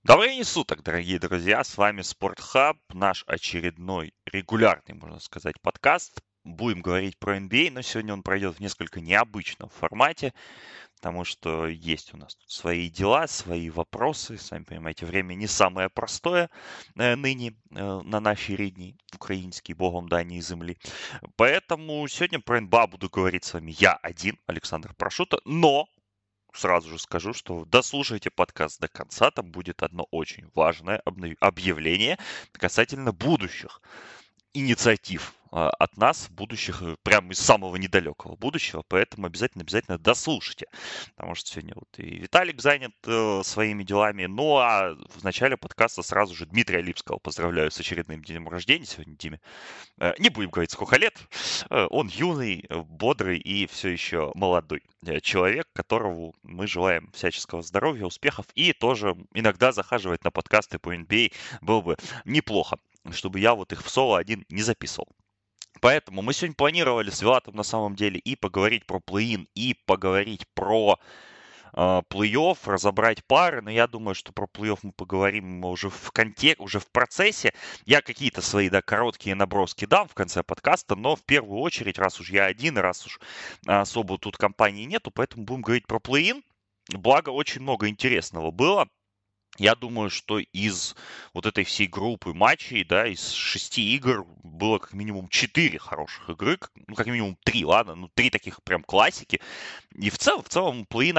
Добрый день суток, дорогие друзья, с вами Спортхаб, наш очередной регулярный, можно сказать, подкаст. Будем говорить про NBA, но сегодня он пройдет в несколько необычном формате, потому что есть у нас тут свои дела, свои вопросы. Сами понимаете, время не самое простое ныне на нашей рідній украинский, богом Дании земли. Поэтому сегодня про НБА буду говорить с вами я один, Александр Прошута, но сразу же скажу, что дослушайте подкаст до конца, там будет одно очень важное объявление касательно будущих инициатив от нас, будущих, прямо из самого недалекого будущего, поэтому обязательно дослушайте, потому что сегодня вот и Виталик занят своими делами, ну а в начале подкаста сразу же Дмитрия Липского поздравляю с очередным днем рождения сегодня, Диме. Не будем говорить, сколько лет. Он юный, бодрый и все еще молодой человек, которому мы желаем всяческого здоровья, успехов и тоже иногда захаживать на подкасты по NBA было бы неплохо, чтобы я вот их в соло один не записывал. Поэтому мы сегодня планировали с Вилатом на самом деле и поговорить про плей-ин, и поговорить про плей-офф, разобрать пары, но я думаю, что про плей-офф мы поговорим уже уже в процессе. Я какие-то свои, да, короткие наброски дам в конце подкаста, но в первую очередь, раз уж я один, и раз уж особо тут компании нету, поэтому будем говорить про плей-ин. Благо, очень много интересного было. Я думаю, что из вот этой всей группы матчей, да, из 6 игр было как минимум 4 хороших игры, ну, как минимум 3, ладно, ну, 3 таких прям классики. И в целом, плей-ин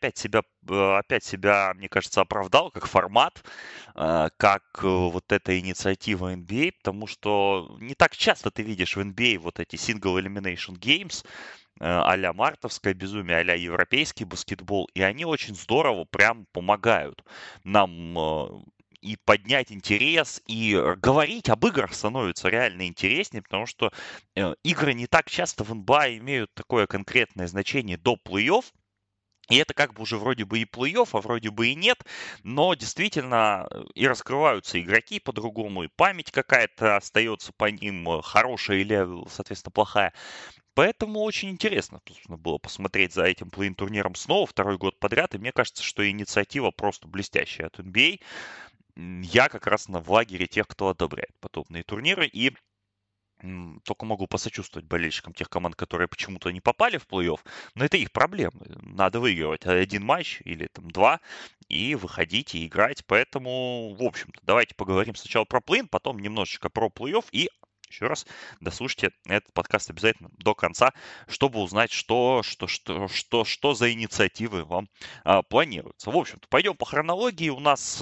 опять себя, мне кажется, оправдал как формат, как вот эта инициатива NBA, потому что не так часто ты видишь в NBA вот эти single elimination games, а-ля мартовское безумие, а-ля европейский баскетбол, и они очень здорово прям помогают нам и поднять интерес, и говорить об играх становится реально интереснее, потому что игры не так часто в НБА имеют такое конкретное значение до плей-офф, и это как бы уже вроде бы и плей-офф, а вроде бы и нет, но действительно и раскрываются игроки по-другому, и память какая-то остается по ним, хорошая или, соответственно, плохая. Поэтому очень интересно собственно, было посмотреть за этим плей-ин турниром снова второй год подряд. И мне кажется, что инициатива просто блестящая от NBA. Я как раз в лагере тех, кто одобряет подобные турниры. И только могу посочувствовать болельщикам тех команд, которые почему-то не попали в плей-офф. Но это их проблемы. Надо выигрывать один матч или там два и выходить и играть. Поэтому, в общем-то, давайте поговорим сначала про плей-ин, потом немножечко про плей-офф и еще раз дослушайте этот подкаст обязательно до конца, чтобы узнать, что за инициативы вам планируются. В общем-то, пойдем по хронологии. У нас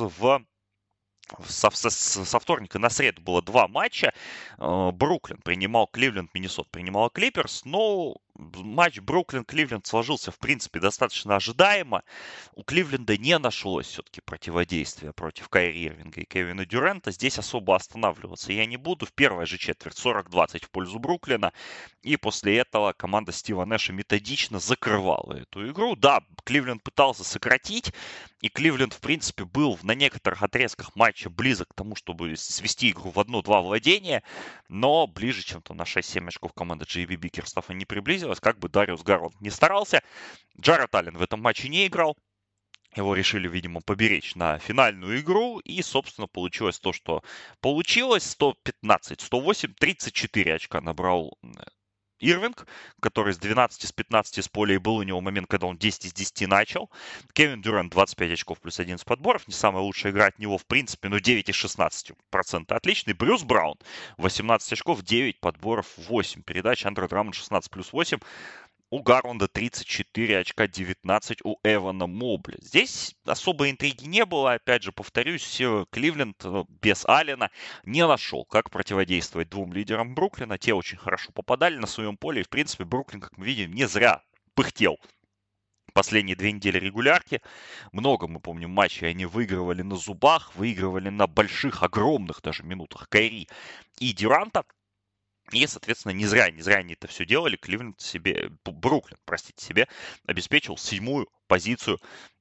со вторника на среду было два матча. Бруклин принимал Кливленд, Миннесота принимала Клиперс. Но матч Бруклин-Кливленд сложился, в принципе, достаточно ожидаемо. У Кливленда не нашлось все-таки противодействия против Кайри Ирвинга и Кевина Дюрента. Здесь особо останавливаться я не буду. В первой же четверть 40-20 в пользу Бруклина. И после этого команда Стива Нэша методично закрывала эту игру. Да, Кливленд пытался сократить. И Кливленд, в принципе, был на некоторых отрезках матча близок к тому, чтобы свести игру в 1-2 владения. Но ближе, чем то на 6-7 очков команда JB Бикерстаффа не приблизилась. Как бы Дариус Гарланд не старался. Джаред Аллен в этом матче не играл. Его решили, видимо, поберечь на финальную игру. И, собственно, получилось то, что получилось. 115-108, 34 очка набрал Ирвинг, который с 12 с 15 с поля, и был у него момент, когда он 10 из 10 начал. Кевин Дюрант 25 очков плюс 11 подборов. Не самая лучшая игра от него в принципе, но 9 из 16% отличный. Брюс Браун 18 очков, 9 подборов, 8 передач. Андре Драмонд 16 плюс 8. У Гарланда 34 очка, 19 у Эвана Мобли. Здесь особой интриги не было. Опять же, повторюсь, Кливленд без Аллена не нашел, как противодействовать двум лидерам Бруклина. Те очень хорошо попадали на своем поле. И, в принципе, Бруклин, как мы видим, не зря пыхтел последние 2 недели регулярки. Много, мы помним, матчей они выигрывали на зубах, выигрывали на больших, огромных даже минутах Кайри и Дюранта. И, соответственно, не зря они это все делали. Бруклин, себе обеспечил 7-ю позицию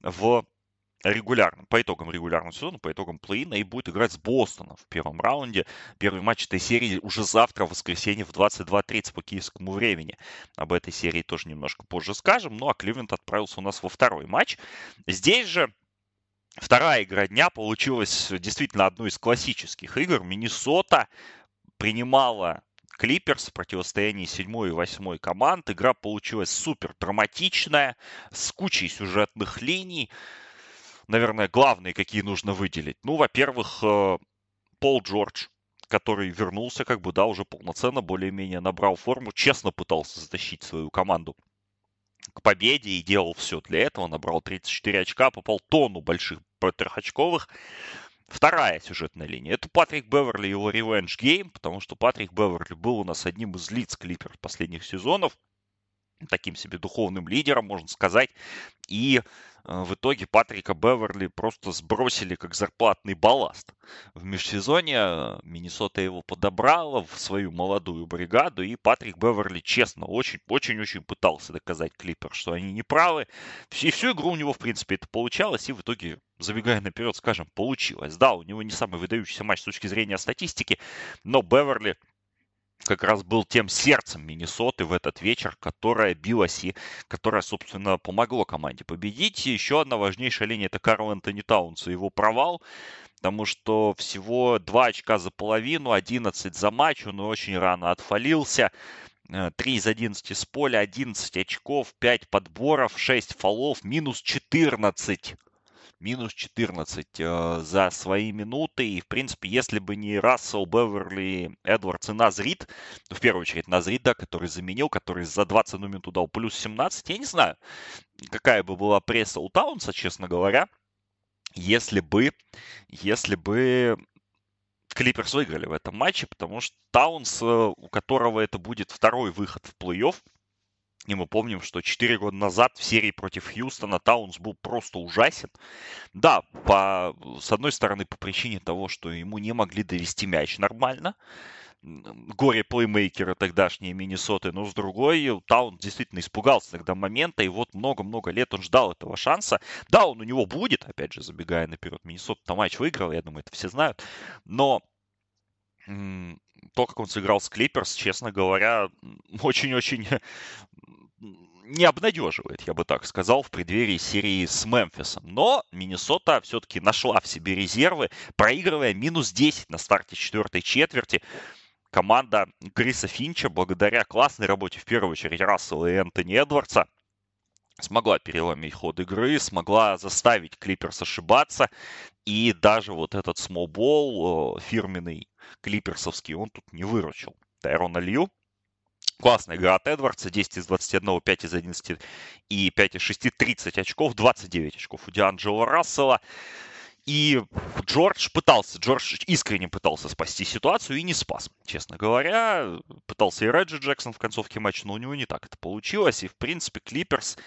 по итогам регулярного сезона, по итогам плей-ина, и будет играть с Бостоном в первом раунде. Первый матч этой серии уже завтра, в воскресенье, в 22:30 по киевскому времени. Об этой серии тоже немножко позже скажем. Ну, а Кливленд отправился у нас во второй матч. Здесь же Вторая игра дня получилась действительно одной из классических игр. Миннесота принимала Клиперс в противостоянии 7 и 8 команд. Игра получилась супер драматичная, с кучей сюжетных линий. Наверное, главные, какие нужно выделить. Ну, во-первых, Пол Джордж, который вернулся, как бы, да, уже полноценно, более-менее набрал форму, честно пытался затащить свою команду к победе и делал все для этого. Набрал 34 очка, попал тонну больших трехочковых. Вторая сюжетная линия. Это Патрик Беверли и его ревенж гейм, потому что Патрик Беверли был у нас одним из лиц Клиперс последних сезонов. Таким себе духовным лидером, можно сказать. И в итоге Патрика Беверли просто сбросили как зарплатный балласт. В межсезонье Миннесота его подобрала в свою молодую бригаду, и Патрик Беверли, честно, очень-очень пытался доказать Клиперс, что они не правы. И всю игру у него, в принципе, это получалось, и в итоге, забегая наперед, скажем, получилось. Да, у него не самый выдающийся матч с точки зрения статистики, но Беверли как раз был тем сердцем Миннесоты в этот вечер, которая билась и которая, собственно, помогло команде победить. И еще одна важнейшая линия — это Карл Энтони Таунс и его провал, потому что всего 2 очка за половину, 11 за матч, он очень рано отфалился. 3 из 11 с поля, 11 очков, 5 подборов, 6 фолов, минус 14. Минус 14 за свои минуты. И, в принципе, если бы не Рассел, Беверли, Эдвардс и Назрит, в первую очередь Назрит, да, который заменил, который за 21 минуту дал плюс 17, я не знаю, какая бы была пресса у Таунса, честно говоря, если бы Клиперс выиграли в этом матче, потому что Таунс, у которого это будет второй выход в плей-офф, и мы помним, что 4 года назад в серии против Хьюстона Таунс был просто ужасен. Да, с одной стороны, по причине того, что ему не могли довести мяч нормально. Горе-плеймейкеры тогдашние Миннесоты. Но с другой, Таун действительно испугался тогда момента. И вот много-много лет он ждал этого шанса. Да, он у него будет, опять же, забегая наперед. Миннесота матч выиграл, я думаю, это все знают. Но то, как он сыграл с Клиперс, честно говоря, очень-очень не обнадеживает, я бы так сказал, в преддверии серии с Мемфисом. Но Миннесота все-таки нашла в себе резервы, проигрывая минус 10 на старте четвертой четверти. Команда Криса Финча, благодаря классной работе, в первую очередь, Рассела и Энтони Эдвардса, смогла переломить ход игры, смогла заставить Клиперс ошибаться. И даже вот этот смолбол фирменный клиперсовский, он тут не выручил Тайрона Лью. Классная игра от Эдвардса, 10 из 21, 5 из 11 и 5 из 6, 30 очков, 29 очков у Дианджело Рассела. И Джордж искренне пытался спасти ситуацию и не спас, честно говоря. Пытался и Реджи Джексон в концовке матча, но у него не так это получилось. И, в принципе, Клиперс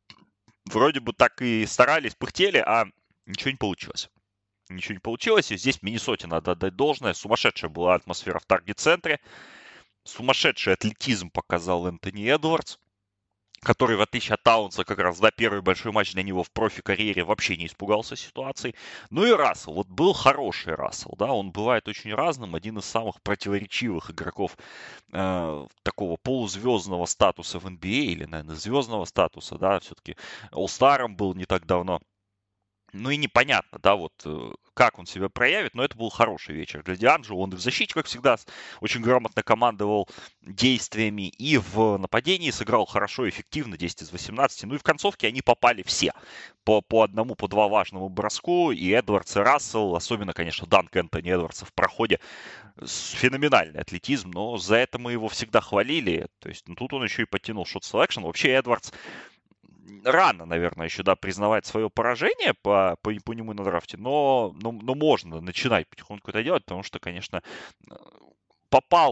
вроде бы так и старались, пыхтели, а ничего не получилось. Ничего не получилось, и здесь Миннесоте надо отдать должное. Сумасшедшая была атмосфера в таргет-центре. Сумасшедший атлетизм показал Энтони Эдвардс, который, в отличие от Таунса, как раз, да, первый большой матч для него в профи-карьере вообще не испугался ситуации. Ну и Рассел, вот был хороший Рассел, да, он бывает очень разным, один из самых противоречивых игроков такого полузвездного статуса в NBA, или, наверное, звездного статуса, да, все-таки All-Star'ом был не так давно. Ну и непонятно, да, вот как он себя проявит, но это был хороший вечер для Дианджело. Он и в защите, как всегда, очень грамотно командовал действиями, и в нападении сыграл хорошо, эффективно, 10 из 18. Ну и в концовке они попали все по одному, по два важному броску, и Эдвардс, и Рассел, особенно, конечно, Данк Энтони Эдвардса в проходе, феноменальный атлетизм, но за это мы его всегда хвалили. То есть, ну, тут он еще и подтянул шот селекшн. Вообще, Эдвардс рано, наверное, еще, да, признавать свое поражение по нему на драфте, но можно начинать потихоньку это делать, потому что, конечно, попал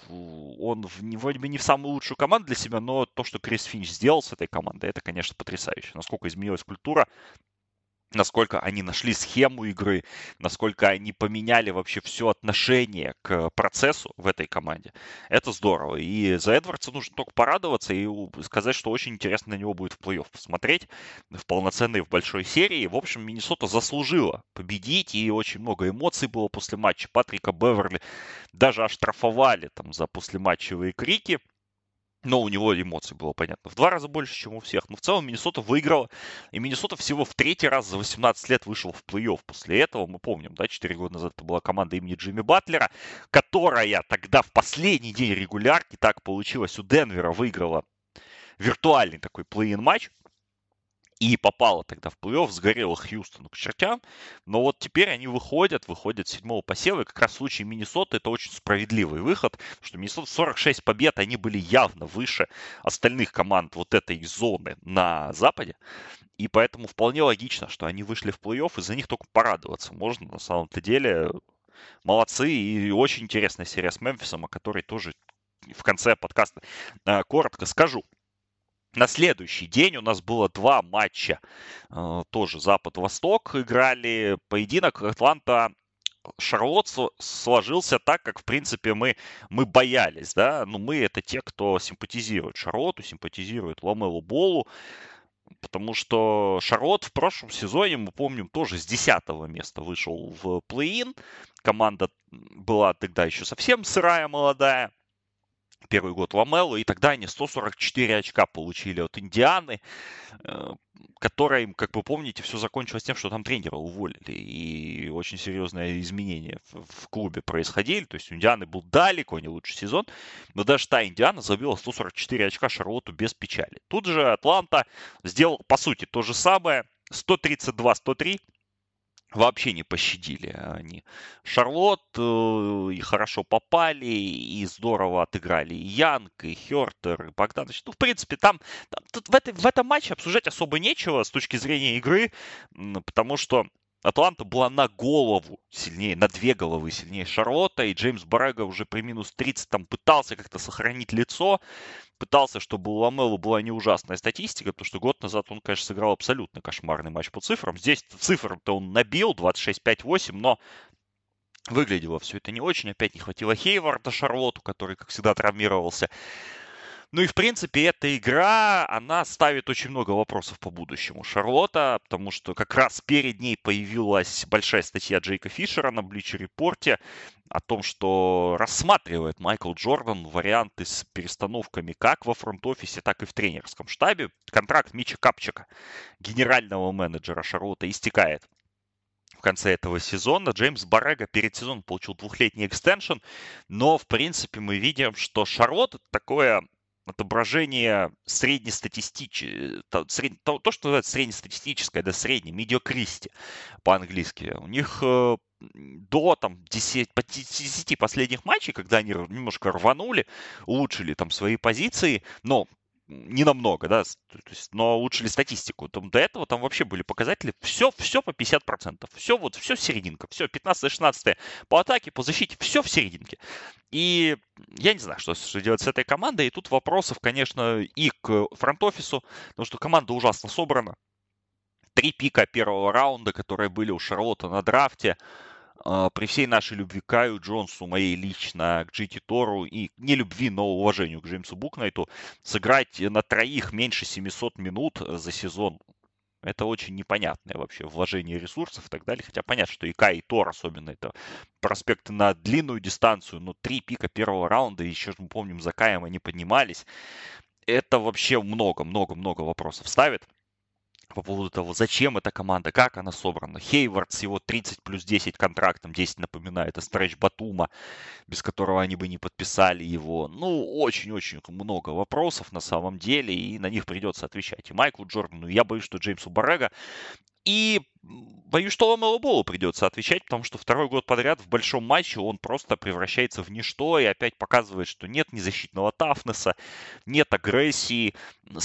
он вроде бы не в самую лучшую команду для себя, но то, что Крис Финч сделал с этой командой, это, конечно, потрясающе. Насколько изменилась культура, насколько они нашли схему игры, насколько они поменяли вообще все отношение к процессу в этой команде. Это здорово. И за Эдвардса нужно только порадоваться и сказать, что очень интересно на него будет в плей-офф посмотреть в полноценной, в большой серии. В общем, Миннесота заслужила победить, и очень много эмоций было после матча. Патрика Беверли даже оштрафовали там за послематчевые крики. Но у него эмоций было, понятно, в 2 раза больше, чем у всех. Но в целом Миннесота выиграла. И Миннесота всего в 3-й раз за 18 лет вышел в плей-офф. После этого, мы помним, да, 4 года назад это была команда имени Джимми Батлера, которая тогда в последний день регулярки, так получилось, у Денвера выиграла виртуальный такой плей-ин матч. И попала тогда в плей-офф, сгорела Хьюстону к чертям. Но вот теперь они выходят с 7-го посева. И как раз в случае Миннесоты это очень справедливый выход, потому что Миннесота 46 побед, они были явно выше остальных команд вот этой зоны на Западе. И поэтому вполне логично, что они вышли в плей-офф, и за них только порадоваться можно. На самом-то деле молодцы. И очень интересная серия с Мемфисом, о которой тоже в конце подкаста коротко скажу. На следующий день у нас было 2 матча. Тоже Запад-Восток играли. Поединок Атланта-Шарлотт сложился так, как, в принципе, мы боялись. Да? Ну, мы это те, кто симпатизирует Шарлотту, симпатизирует Ламелу Боллу. Потому что Шарлотт в прошлом сезоне, мы помним, тоже с 10-го места вышел в плей-ин. Команда была тогда еще совсем сырая, молодая. Первый год Ламелло, и тогда они 144 очка получили от Индианы, которая им, как вы помните, все закончилось тем, что там тренера уволили, и очень серьезные изменения в клубе происходили, то есть у Индианы был далеко не лучший сезон, но даже та Индиана забила 144 очка Шарлотту без печали. Тут же Атланта сделал, по сути, то же самое, 132-103, вообще не пощадили они Шарлотт, и хорошо попали, и здорово отыграли и Янг, и Хёртер, и Богданович. Ну, в принципе, тут в этом матче обсуждать особо нечего с точки зрения игры, потому что Атланта была на голову сильнее, на 2 головы сильнее Шарлотта, и Джеймс Боррега уже при минус 30 там пытался как-то сохранить лицо, пытался, чтобы у Ламелло была не ужасная статистика, потому что год назад он, конечно, сыграл абсолютно кошмарный матч по цифрам. Здесь цифры-то он набил 26-5-8, но выглядело все это не очень. Опять не хватило Хейварда Шарлотту, который, как всегда, травмировался. Ну и, в принципе, эта игра, она ставит очень много вопросов по будущему Шарлотта, потому что как раз перед ней появилась большая статья Джейка Фишера на Bleacher Report о том, что рассматривает Майкл Джордан варианты с перестановками как во фронт-офисе, так и в тренерском штабе. Контракт Мича Капчика, генерального менеджера Шарлотта, истекает в конце этого сезона. Джеймс Боррега перед сезоном получил 2-летний экстеншн, но, в принципе, мы видим, что Шарлотт это такое отображение среднестатистическое, то, что называется среднестатистическое, да, среднее, медиокристи по-английски. У них до там, 10 последних матчей, когда они немножко рванули, улучшили там свои позиции, но не намного, да, то есть, но улучшили статистику. Там, до этого там вообще были показатели все по 50%. Все серединка, все 15-16 по атаке, по защите, все в серединке. И я не знаю, что делать с этой командой. И тут вопросов, конечно, и к фронт-офису, потому что команда ужасно собрана. 3 пика первого раунда, которые были у Шарлотта на драфте. При всей нашей любви к Каю Джонсу, моей лично, к Джити Тору и не любви, но уважению к Джеймсу Букнайту, сыграть на троих меньше 700 минут за сезон, это очень непонятное вообще вложение ресурсов и так далее. Хотя понятно, что и Кай, и Тор особенно, это проспекты на длинную дистанцию, но 3 пика первого раунда, еще мы помним, за Каем они поднимались. Это вообще много-много-много вопросов ставит по поводу того, зачем эта команда, как она собрана. Хейвард с его 30 плюс 10 контрактом, 10 напоминаю, это стретч Батума, без которого они бы не подписали его. Ну, очень-очень много вопросов на самом деле, и на них придется отвечать. И Майклу Джордану, я боюсь, что Джеймсу Боррега, и боюсь, что Ламело Боллу придется отвечать, потому что второй год подряд в большом матче он просто превращается в ничто и опять показывает, что нет ни защитного тафнеса, нет агрессии,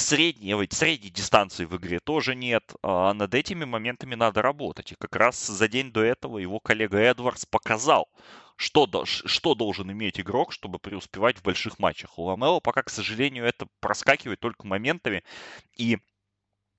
средней дистанции в игре тоже нет, а над этими моментами надо работать. И как раз за день до этого его коллега Эдвардс показал, что должен иметь игрок, чтобы преуспевать в больших матчах. У Ламело пока, к сожалению, это проскакивает только моментами, и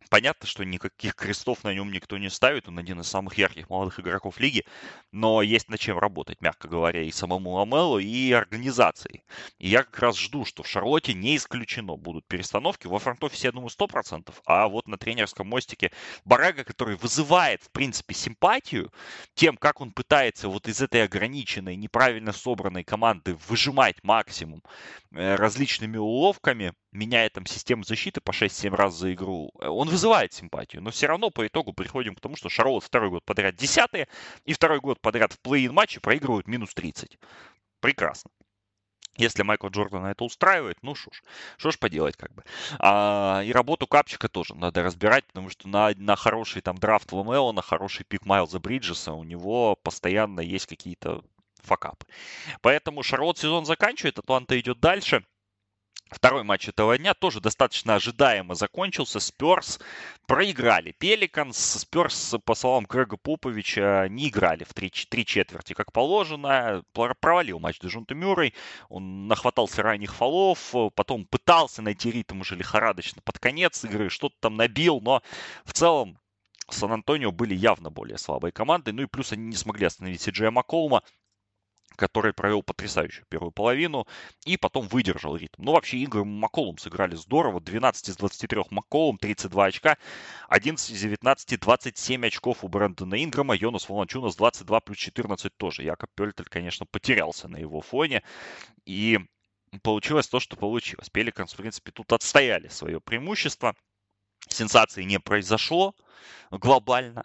Понятно, что никаких крестов на нем никто не ставит, он один из самых ярких молодых игроков лиги, но есть над чем работать, мягко говоря, и самому Ламелу, и организации. И я как раз жду, что в Шарлотте не исключено будут перестановки. Во фронт-офисе, я думаю, 100%, а вот на тренерском мостике Барага, который вызывает, в принципе, симпатию тем, как он пытается вот из этой ограниченной, неправильно собранной команды выжимать максимум различными уловками, меняя там систему защиты по 6-7 раз за игру, он вызывает симпатию. Но все равно по итогу приходим к тому, что Шарлотт второй год подряд 10-е и второй год подряд в плей-ин матче проигрывают минус 30. Прекрасно. Если Майкла Джордана это устраивает, ну что ж поделать как бы. И работу Капчика тоже надо разбирать, потому что на хороший там драфт Ламело, на хороший пик Майлза Бриджеса у него постоянно есть какие-то факапы. Поэтому Шарлотт сезон заканчивает, Атланта идет дальше. Второй матч этого дня тоже достаточно ожидаемо закончился. Спёрс проиграли Пеликанс. Спёрс, по словам Грега Поповича, не играли в три четверти, как положено. Провалил матч Дежонте Мюррей. Он нахватался ранних фолов. Потом пытался найти ритм уже лихорадочно под конец игры. Что-то там набил, но в целом Сан-Антонио были явно более слабой командой. Ну и плюс они не смогли остановить Си-Джея Макколума, который провел потрясающую первую половину и потом выдержал ритм. Ну, вообще, игры Макколум сыграли здорово. 12 из 23 Макколум, 32 очка. 11 из 19, 27 очков у Брэндона Инграма. Йонас Волончунас 22 плюс 14 тоже. Якоб Пёльтель, конечно, потерялся на его фоне. И получилось то, что получилось. Пеликанс, в принципе, тут отстояли свое преимущество. Сенсации не произошло глобально.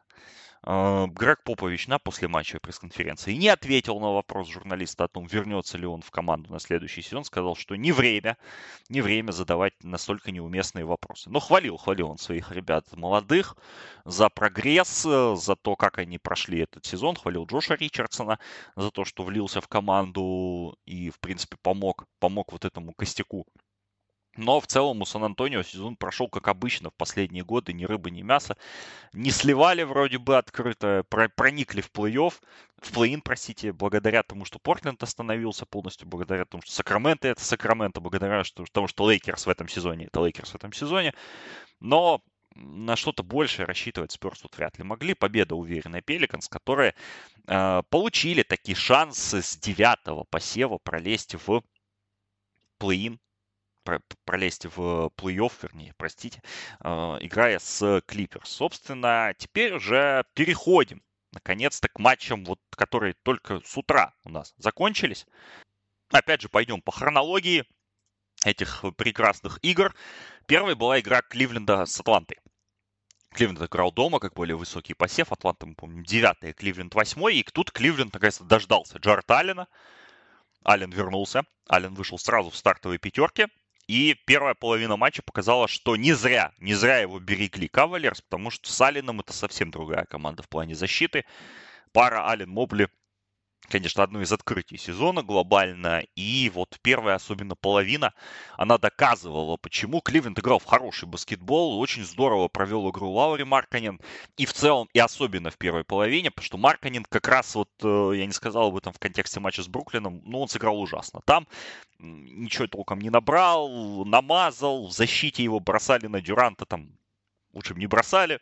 Грег Попович на послематчевой пресс-конференции не ответил на вопрос журналиста о том, вернется ли он в команду на следующий сезон. Сказал, что не время задавать настолько неуместные вопросы. Но хвалил он своих ребят молодых за прогресс, за то, как они прошли этот сезон. Хвалил Джоша Ричардсона за то, что влился в команду и, в принципе, помог вот этому костяку. Но в целом у Сан-Антонио сезон прошел как обычно в последние годы, ни рыбы, ни мяса. Не сливали вроде бы открыто, проникли в плей-ин, простите, благодаря тому, что Портленд остановился полностью, благодаря тому, что Сакраменто это Сакраменто, благодаря тому, что Лейкерс в этом сезоне это Лейкерс в этом сезоне. Но на что-то большее рассчитывать Спёрс тут вряд ли могли. Победа уверенная Пеликанс, которые получили такие шансы с 9-го посева пролезть в плей-ин, пролезть в плей-офф, вернее, простите, играя с Клиперс. Собственно, теперь уже переходим, наконец-то, к матчам, вот, которые только с утра у нас закончились. Опять же, пойдем по хронологии этих прекрасных игр. Первой была игра Кливленда с Атлантой. Кливленд играл дома, как более высокий посев. Атланта, мы помним, 9-я, Кливленд 8-й. И тут Кливленд, наконец-то, дождался Джаред Аллена. Аллен вернулся. Аллен вышел сразу в стартовой пятерке. И первая половина матча показала, что не зря его берегли Кавалерс, потому что с Алленом это совсем другая команда в плане защиты. Пара Аллен-Мобли, конечно, одно из открытий сезона глобально. И вот первая, особенно половина, она доказывала, почему Кливленд играл в хороший баскетбол. Очень здорово провел игру Лаури Маркканен. И в целом, и особенно в первой половине, потому что Маркканен как раз вот, я не сказал об этом в контексте матча с Бруклином, но он сыграл ужасно. Там ничего толком не набрал, намазал. В защите его бросали на Дюранта, там лучше бы не бросали.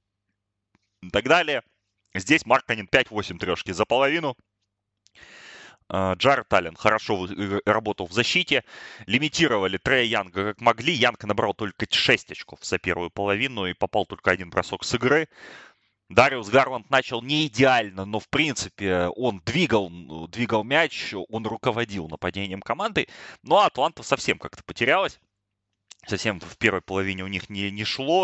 И так далее. Здесь Маркканен 5-8 трешки за половину. Джаред Аллен хорошо работал в защите. Лимитировали Трея Янга как могли. Янг набрал только 6 очков за первую половину и попал только один бросок с игры. Дариус Гарланд начал не идеально, но в принципе он двигал мяч, он руководил нападением команды. Ну а Атланта совсем как-то потерялась. Совсем в первой половине у них не шло.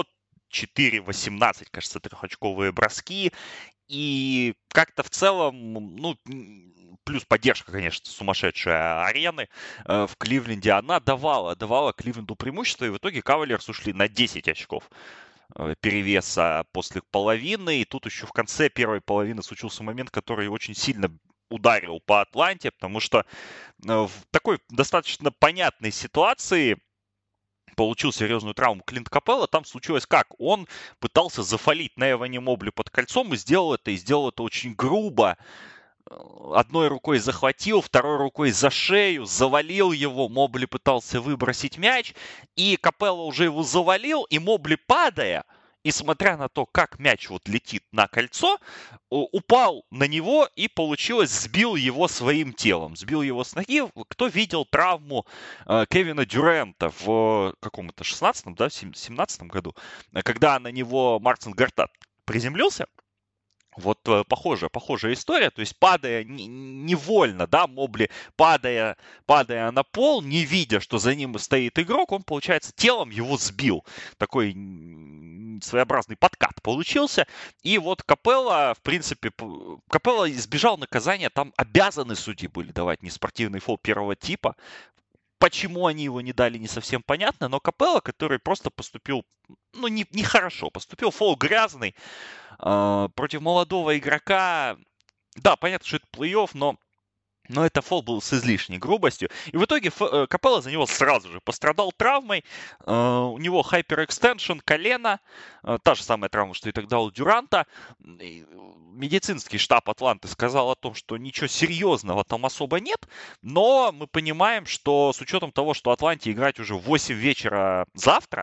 4-18, кажется, трехочковые броски. И как-то в целом, ну, плюс поддержка, конечно, сумасшедшая арены в Кливленде, она давала Кливленду преимущество, и в итоге Кавалерс ушли на 10 очков перевеса после половины. И тут еще в конце первой половины случился момент, который очень сильно ударил по Атланте, потому что в такой достаточно понятной ситуации получил серьезную травму Клинт Капелла. Там случилось как? Он пытался зафолить на Эване Мобли под кольцом и сделал это очень грубо. Одной рукой захватил, второй рукой за шею, завалил его. Мобли пытался выбросить мяч, и Капелла уже его завалил, и Мобли, падая, И смотря на то, как мяч вот летит на кольцо, упал на него и, получилось, сбил его своим телом. Сбил его с ноги. Кто видел травму Кевина Дюрента в каком-то 16-м, да, 17-м году, когда на него Мартин Гартат приземлился, вот похожая история, то есть падая невольно, да, Мобли, падая на пол, не видя, что за ним стоит игрок, он, получается, телом его сбил. Такой своеобразный подкат получился. И вот Капелло, в принципе, Капелло избежал наказания, там обязаны судьи были давать неспортивный фол первого типа. Почему они его не дали, не совсем понятно, но Капелло, который просто поступил, ну, нехорошо, поступил, фол грязный, против молодого игрока. Да, понятно, что это плей-офф, но это фол был с излишней грубостью. И в итоге Капелло за него сразу же пострадал травмой. У него хайперэкстеншн колена. Та же самая травма, что и тогда у Дюранта. Медицинский штаб Атланты сказал о том, что ничего серьезного там особо нет. Но мы понимаем, что с учетом того, что Атланте играть уже в 8 вечера завтра,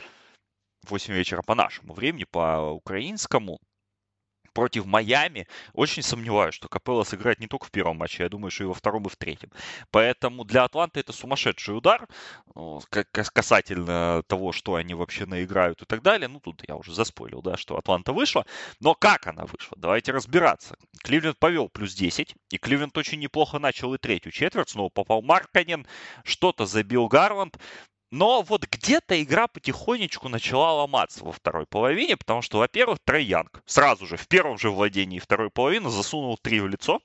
8 вечера по нашему времени, по украинскому, против Майами, очень сомневаюсь, что Капелло сыграет не только в первом матче, я думаю, что и во втором, и в третьем. Поэтому для Атланты это сумасшедший удар касательно того, что они вообще наиграют и так далее. Ну, тут я уже заспойлил, да, что Атланта вышла. Но как она вышла? Давайте разбираться. Кливленд повел плюс 10, и Кливленд очень неплохо начал и третью четверть. Снова попал Маркканен, что-то забил Гарланд. Но вот где-то игра потихонечку начала ломаться во второй половине, потому что, во-первых, Трей Янг сразу же в первом же владении второй половины засунул 3 в лицо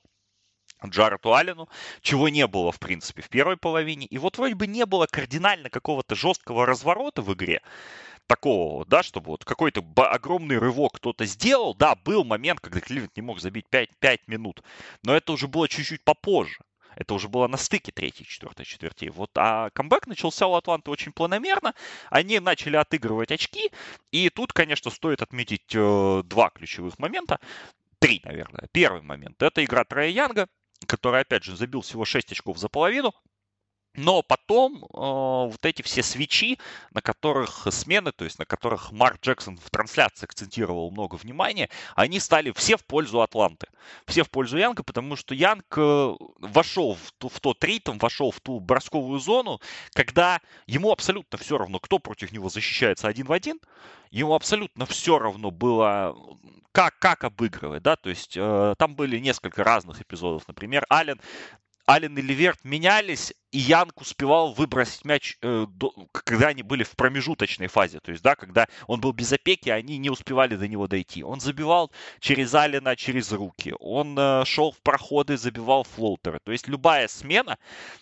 Джарету Аллену, чего не было, в принципе, в первой половине. И вот вроде бы не было кардинально какого-то жесткого разворота в игре, такого, да, чтобы вот какой-то огромный рывок кто-то сделал. Да, был момент, когда Кливленд не мог забить 5 минут, но это уже было чуть-чуть попозже. Это уже было на стыке третьей и четвертой четвертей. Вот, а камбэк начался у Атланты очень планомерно. Они начали отыгрывать очки. И тут, конечно, стоит отметить два ключевых момента. 3, наверное. Первый момент. Это игра Трея Янга, который, опять же, забил всего 6 очков за половину. Но потом вот эти все свитчи, на которых смены, то есть на которых Марк Джексон в трансляции акцентировал много внимания, они стали все в пользу Атланты. Все в пользу Янга, потому что Янг вошел в тот ритм, вошел в ту бросковую зону, когда ему абсолютно все равно, кто против него защищается один в один, ему абсолютно все равно было, как обыгрывать, да, то есть там были несколько разных эпизодов, например, Аллен и Ливерт менялись, и Янг успевал выбросить мяч, когда они были в промежуточной фазе. То есть, да, когда он был без опеки, они не успевали до него дойти. Он забивал через Аллена, через руки. Он шел в проходы, забивал флоутеры. То есть, любая смена,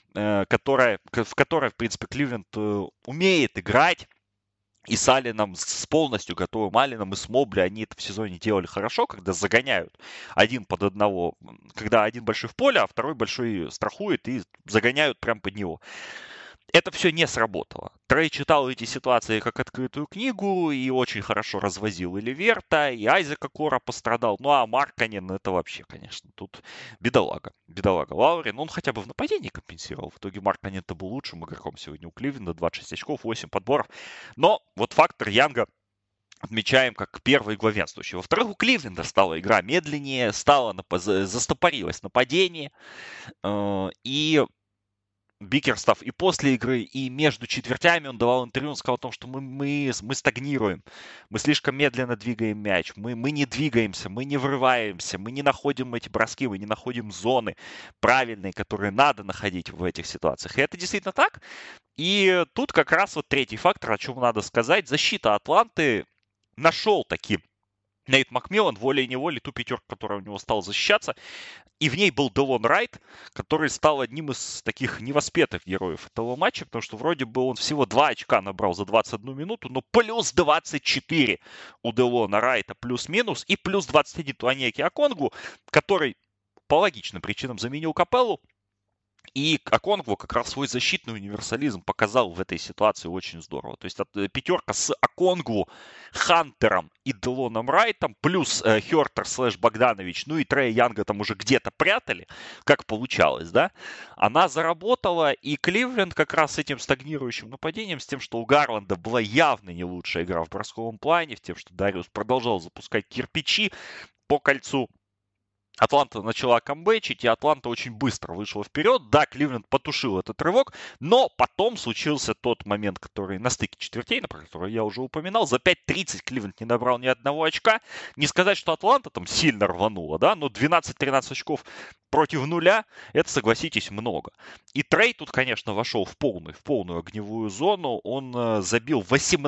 в которой, в принципе, Кливленд умеет играть, и с Алленом, с полностью готовым Алленом и с Мобли они это в сезоне делали хорошо, когда загоняют один под одного, когда один большой в поле, а второй большой страхует и загоняют прям под него. Это все не сработало. Трей читал эти ситуации как открытую книгу и очень хорошо развозил и Ливерта, и Айзека Кора пострадал. Ну а Маркканен это вообще, конечно, тут бедолага. Бедолага Лаурин. Он хотя бы в нападении компенсировал. В итоге Маркканен-то был лучшим игроком сегодня у Кливленда. 26 очков, 8 подборов. Но вот фактор Янга отмечаем как первый главенствующий. Во-вторых, у Кливленда стала игра медленнее, застопорилось нападение. И Бикерстав и после игры, и между четвертями он давал интервью, он сказал о том, что мы стагнируем, мы слишком медленно двигаем мяч, мы не двигаемся, мы не врываемся, мы не находим эти броски, мы не находим зоны правильные, которые надо находить в этих ситуациях. И это действительно так. И тут как раз вот третий фактор, о чем надо сказать. Защита Атланты нашел таки Нейт Макмиллан волей-неволей ту пятерку, которая у него стала защищаться. И в ней был Делон Райт, который стал одним из таких невоспетых героев этого матча, потому что вроде бы он всего 2 очка набрал за 21 минуту, но плюс 24 у Делона Райта плюс-минус, и плюс 21 Туанеки Оконгву, который по логичным причинам заменил Капеллу. И Оконгву как раз свой защитный универсализм показал в этой ситуации очень здорово. То есть пятерка с Оконгву, Хантером и Делоном Райтом, плюс Хёртер слэш Богданович, ну и Трея Янга там уже где-то прятали, как получалось, да, она заработала, и Кливленд как раз с этим стагнирующим нападением, с тем, что у Гарланда была явно не лучшая игра в бросковом плане, в тем, что Дариус продолжал запускать кирпичи по кольцу, Атланта начала камбэчить, и Атланта очень быстро вышла вперед. Да, Кливленд потушил этот рывок, но потом случился тот момент, который на стыке четвертей, про который я уже упоминал. За 5:30 Кливленд не набрал ни одного очка. Не сказать, что Атланта там сильно рванула, да, но 12-13 очков против нуля, это, согласитесь, много. И Трей тут, конечно, вошел в полную огневую зону. Он забил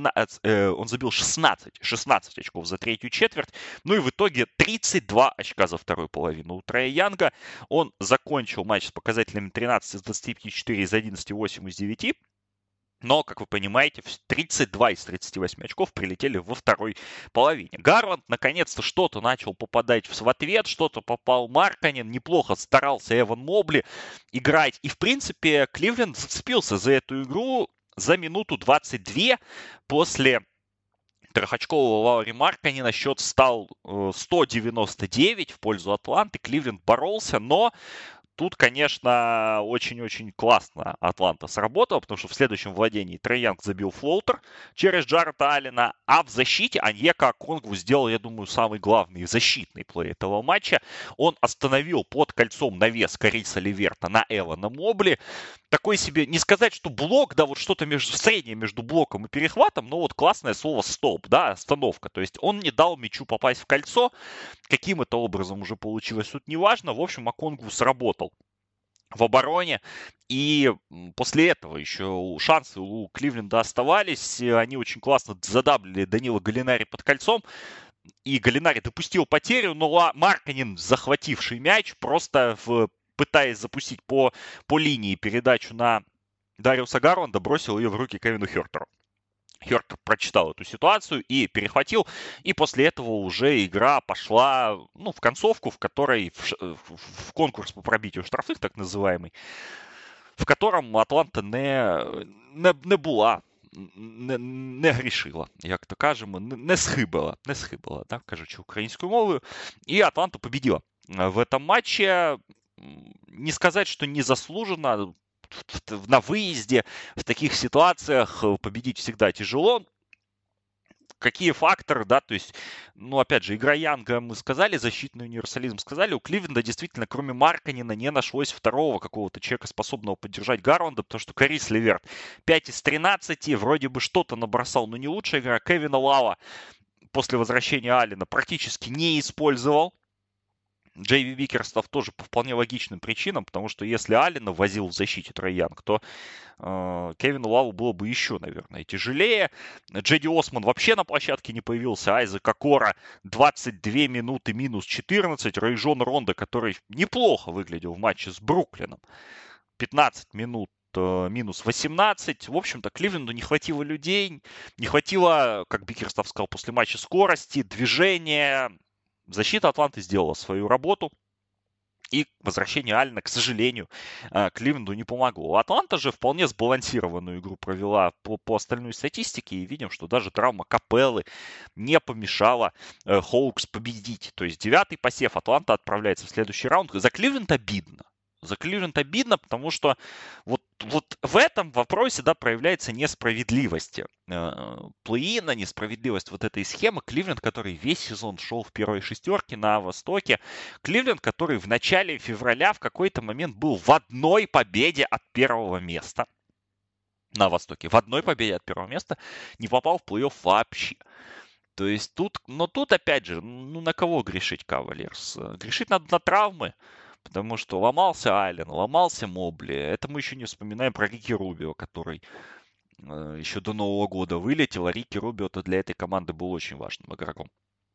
16 очков за третью четверть. Ну и в итоге 32 очка за вторую половину у Трея Янга. Он закончил матч с показателями 13 из 25, 4 из 11, 8 из 9. Но, как вы понимаете, 32 из 38 очков прилетели во второй половине. Гарланд наконец-то что-то начал попадать в ответ, что-то попал Маркканен, неплохо старался Эван Мобли играть. И, в принципе, Кливленд зацепился за эту игру за минуту 22 после трехочкового Лаури Маркканена. Счет стал 199 в пользу Атланты. Кливленд боролся, но тут, конечно, очень-очень классно Атланта сработала, потому что в следующем владении Трей Янг забил флоутер через Джарета Аллена, а в защите Оньека Оконгву сделал, я думаю, самый главный защитный плей этого матча. Он остановил под кольцом навес Кариса Леверта на Эвана Мобли. Такой себе, не сказать, что блок, да, вот что-то среднее между блоком и перехватом, но вот классное слово стоп, да, остановка. То есть он не дал мячу попасть в кольцо. Каким это образом уже получилось, тут неважно. В общем, Оконгву сработал в обороне. И после этого еще шансы у Кливленда оставались. Они очень классно задаблили Данила Галлинари под кольцом. И Галлинари допустил потерю, но Маркканен, захвативший мяч, просто пытаясь запустить по линии передачу на Дариуса Гарланда, бросил ее в руки Кевину Хёртеру. Хёртер прочитал эту ситуацию и перехватил, и после этого уже игра пошла, ну, в концовку, в которой в конкурс по пробитию штрафных, так называемый, в котором Атланта не була, не грішила, як то кажемо, не схибила, так кажучи українською мовою, и Атланта победила в этом матче. Не сказать, что незаслуженно. На выезде, в таких ситуациях победить всегда тяжело. Какие факторы, да, то есть, ну, опять же, игра Янга, мы сказали, защитный универсализм сказали, у Кливленда действительно, кроме Маркканена, не нашлось второго какого-то человека, способного поддержать Гарланда, потому что Карис Леверт 5 из 13, вроде бы что-то набросал, но не лучшая игра. Кевина Лава после возвращения Аллена практически не использовал. Джейви Бикерстов тоже по вполне логичным причинам, потому что если Аллена возил в защите Трей Янг, то Кевину Лаву было бы еще, наверное, тяжелее. Джеди Осман вообще на площадке не появился. Айзек Окора 22 минуты минус 14. Рейджон Рондо, который неплохо выглядел в матче с Бруклином, 15 минут минус 18. В общем-то, Кливленду не хватило людей, не хватило, как Бикерстов сказал после матча, скорости, движения. Защита Атланты сделала свою работу. И возвращение Аллена, к сожалению, Кливленду не помогло. Атланта же вполне сбалансированную игру провела по остальной статистике. И видим, что даже травма Капеллы не помешала Хоукс победить. То есть 9-й посев, Атланта отправляется в следующий раунд. За Кливленд обидно. За Кливленд обидно, потому что вот в этом вопросе, да, проявляется несправедливость плей-ина, несправедливость вот этой схемы. Кливленд, который весь сезон шел в первой шестерке на Востоке. Кливленд, который в начале февраля в какой-то момент был в одной победе от первого места на Востоке. В одной победе от первого места не попал в плей-офф вообще. То есть но тут опять же, ну на кого грешить Кавалерс? Грешить надо на травмы. Потому что ломался Аллен, ломался Мобли. Это мы еще не вспоминаем про Рики Рубио, который еще до Нового года вылетел. А Рики Рубио-то для этой команды был очень важным игроком.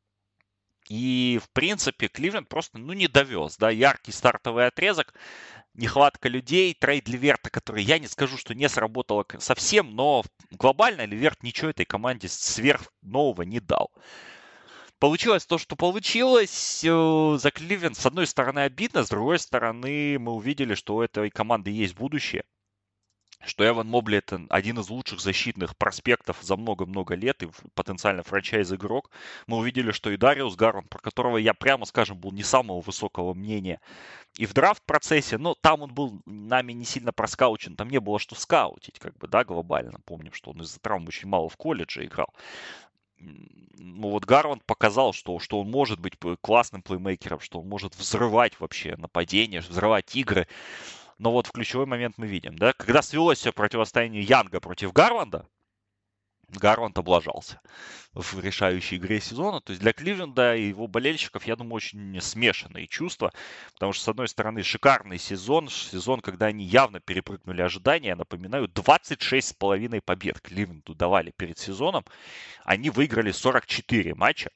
И, в принципе, Кливленд просто, не довез. Да, яркий стартовый отрезок, нехватка людей, трейд Леверта, который, я не скажу, что не сработало совсем, но глобально Леверт ничего этой команде сверх нового не дал. Получилось то, что получилось. За Кливленд, с одной стороны, обидно, с другой стороны, мы увидели, что у этой команды есть будущее. Что Эван Мобли — это один из лучших защитных проспектов за много-много лет и потенциально франчайз-игрок. Мы увидели, что и Дариус Гарланд, про которого я, прямо скажем, был не самого высокого мнения, и в драфт-процессе, но там он был нами не сильно проскаучен, там не было что скаутить, как бы, да, глобально. Помним, что он из-за травм очень мало в колледже играл. Ну вот Гарланд показал, что он может быть классным плеймейкером, что он может взрывать вообще нападение, взрывать игры. Но вот в ключевой момент мы видим, да, когда свелось все противостояние Янга против Гарланда, Гарланд облажался в решающей игре сезона. То есть для Кливленда и его болельщиков, я думаю, очень смешанные чувства. Потому что, с одной стороны, шикарный сезон, когда они явно перепрыгнули ожидания. Я напоминаю, 26,5 побед Кливленду давали перед сезоном. Они выиграли 44 матча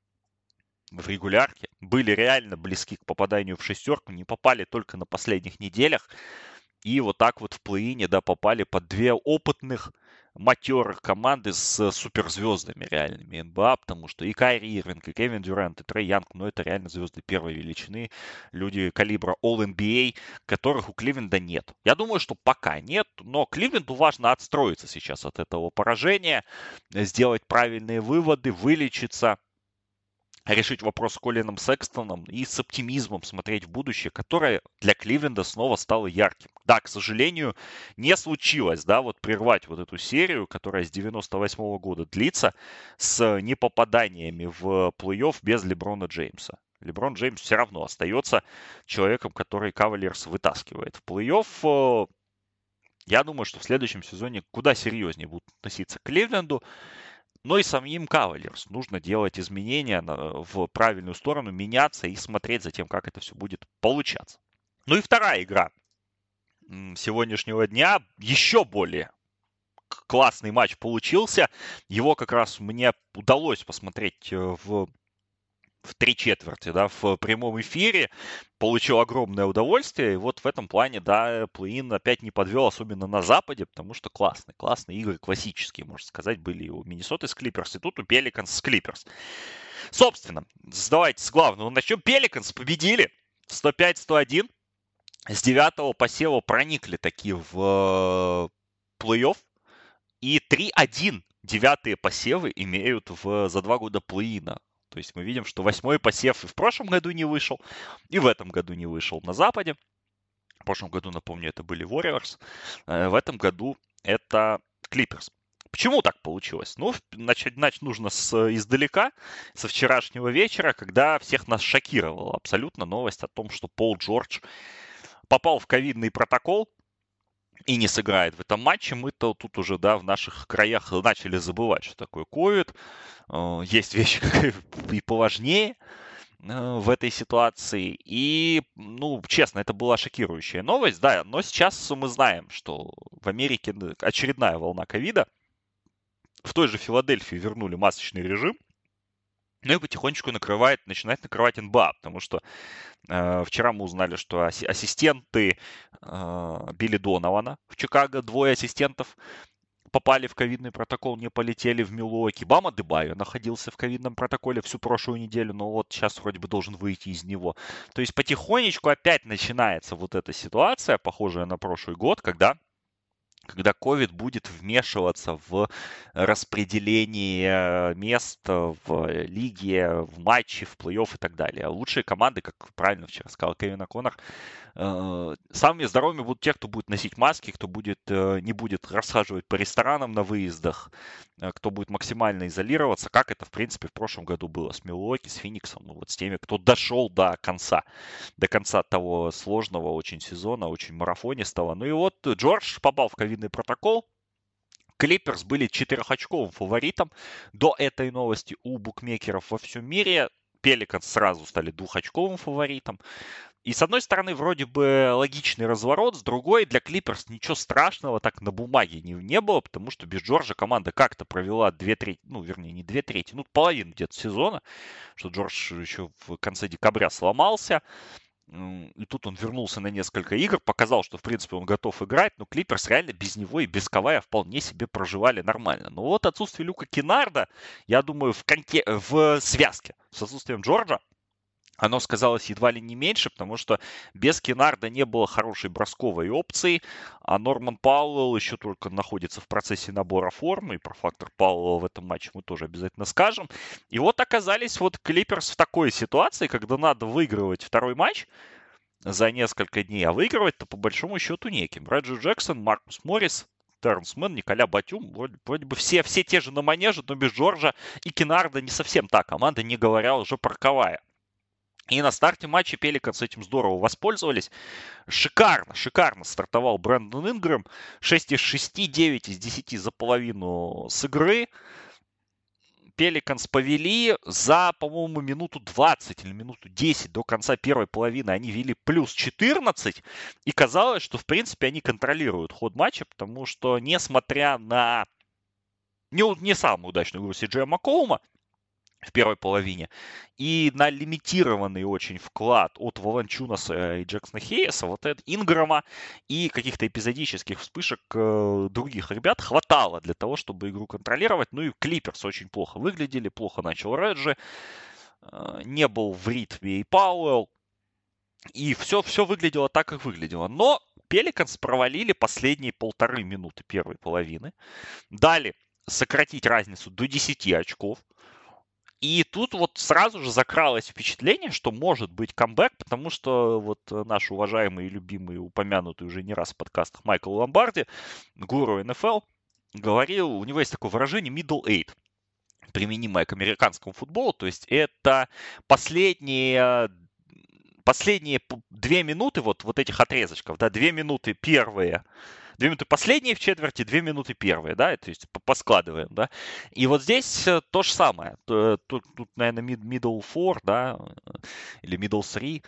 в регулярке, были реально близки к попаданию в шестерку, не попали только на последних неделях. И вот так вот в плей-ине, да, попали под две опытных, матерых команды с суперзвездами реальными НБА, потому что и Кайри Ирвинг, и Кевин Дюрант, и Трей Янг, ну, это реально звезды первой величины, люди калибра All-NBA, которых у Кливленда нет. Я думаю, что пока нет, но Кливленду важно отстроиться сейчас от этого поражения, сделать правильные выводы, вылечиться, решить вопрос с Колином Секстоном и с оптимизмом смотреть в будущее, которое для Кливленда снова стало ярким. Да, к сожалению, не случилось, да, вот прервать вот эту серию, которая с 98 года длится, с непопаданиями в плей-офф без Леброна Джеймса. Леброн Джеймс все равно остается человеком, который Кавальерс вытаскивает в плей-офф. Я думаю, что в следующем сезоне куда серьезнее будут относиться к Кливленду. Но и самим Кавальерс нужно делать изменения в правильную сторону, меняться и смотреть за тем, как это все будет получаться. Ну и вторая игра сегодняшнего дня. Еще более классный матч получился. Его как раз мне удалось посмотреть в три четверти, да, в прямом эфире, получил огромное удовольствие, и вот в этом плане, да, плей-ин опять не подвел, особенно на Западе, потому что классные игры, классические, можно сказать, были и у Миннесоты с Клиперс, и тут у Пеликанс с Клиперс. Собственно, давайте с главного начнем. Пеликанс победили 105-101, с 9 посева проникли такие в плей-офф, и 3-1 девятые посевы имеют за 2 года плей-ина. То есть мы видим, что 8-й посев и в прошлом году не вышел, и в этом году не вышел на Западе. В прошлом году, напомню, это были Warriors. В этом году это Clippers. Почему так получилось? Ну, начать нужно издалека, со вчерашнего вечера, когда всех нас шокировала абсолютно новость о том, что Пол Джордж попал в ковидный протокол и не сыграет в этом матче. Мы-то тут уже, да, в наших краях начали забывать, что такое ковид. Есть вещи и поважнее в этой ситуации. И, ну, честно, это была шокирующая новость, да, но сейчас мы знаем, что в Америке очередная волна ковида. В той же Филадельфии вернули масочный режим. Ну и потихонечку начинает накрывать НБА, потому что вчера мы узнали, что ассистенты Билли Донована в Чикаго, двое ассистентов, попали в ковидный протокол, не полетели в Милуоки. Бам Адебайо находился в ковидном протоколе всю прошлую неделю, но вот сейчас вроде бы должен выйти из него. То есть потихонечку опять начинается вот эта ситуация, похожая на прошлый год, когда ковид будет вмешиваться в распределение мест в лиге, в матче, в плей-офф и так далее. А лучшие команды, как правильно вчера сказал Кевин О'Коннор, самыми здоровыми будут те, кто будет носить маски, кто не будет расхаживать по ресторанам на выездах, кто будет максимально изолироваться, как это, в принципе, в прошлом году было с Милуоки, с Фениксом, ну, вот с теми, кто дошел до конца того сложного очень сезона, очень марафонистого. Ну и вот Джордж попал в ковидный протокол. Клиперс были 4-очковым фаворитом до этой новости у букмекеров во всем мире. Пеликанс сразу стали 2-очковым фаворитом. И с одной стороны, вроде бы логичный разворот, с другой, для Клиперс ничего страшного так на бумаге не было, потому что без Джорджа команда как-то провела 2/3, ну, вернее, не 2/3, половину где-то сезона, что Джордж еще в конце декабря сломался. И тут он вернулся на несколько игр, показал, что, в принципе, он готов играть, но Клиперс реально без него и без Кавая вполне себе проживали нормально. Но вот отсутствие Люка Кеннарда, я думаю, в связке с отсутствием Джорджа, оно сказалось едва ли не меньше, потому что без Кеннарда не было хорошей бросковой опции, а Норман Пауэлл еще только находится в процессе набора формы, и про фактор Пауэлла в этом матче мы тоже обязательно скажем. И вот оказались вот Клиперс в такой ситуации, когда надо выигрывать второй матч за несколько дней, а выигрывать-то по большому счету неким. Реджи Джексон, Маркус Моррис, Тернс Мэн, Николя Батюм, вроде бы все те же на манеже, но без Джорджа и Кеннарда не совсем та команда, не говоря уже про Кавая. И на старте матча Пеликанс этим здорово воспользовались. Шикарно стартовал Брэндон Ингрэм. 6 из 6, 9 из 10 за половину с игры. Пеликанс повели за, по-моему, минуту 20 или минуту 10 до конца первой половины. Они вели плюс 14. И казалось, что, в принципе, они контролируют ход матча, потому что, несмотря на не самую удачную игру Си-Джея Макколума в первой половине, и на лимитированный очень вклад от Воланчунаса и Джексона Хейеса, вот этот Инграма и каких-то эпизодических вспышек других ребят хватало для того, чтобы игру контролировать. Ну и Клиперс очень плохо выглядели, плохо начал Реджи, не был в ритме и Пауэлл, и все выглядело так, как выглядело. Но Пеликанс провалили последние 1,5 минуты первой половины, дали сократить разницу до 10 очков. И тут вот сразу же закралось впечатление, что может быть камбэк, потому что вот наш уважаемый и любимый, упомянутый уже не раз в подкастах Майкл Ломбарди, гуру НФЛ, говорил, у него есть такое выражение middle eight, применимое к американскому футболу, то есть это последние 2 минуты вот этих отрезочков, да, 2 минуты первые, 2 минуты последние в четверти, 2 минуты первые, да, то есть поскладываем, да. И вот здесь то же самое. Тут наверное, middle four, да, или middle three.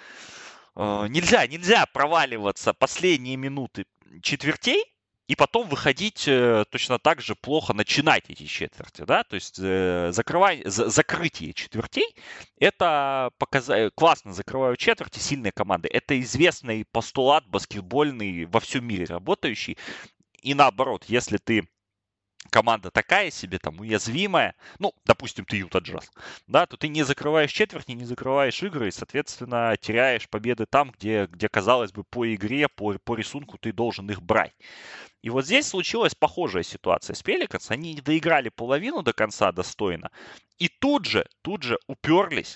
Нельзя проваливаться последние минуты четвертей и потом выходить точно так же плохо начинать эти четверти, да, то есть закрытие четвертей, это классно закрывают четверти сильные команды, это известный постулат баскетбольный во всем мире работающий, и наоборот, если ты команда такая себе, там, уязвимая, ну, допустим, ты Юта Джаз, да, то ты не закрываешь четверти, не закрываешь игры, и, соответственно, теряешь победы там, где казалось бы, по игре, по рисунку ты должен их брать. И вот здесь случилась похожая ситуация с Пеликанс. Они не доиграли половину до конца достойно, и тут же уперлись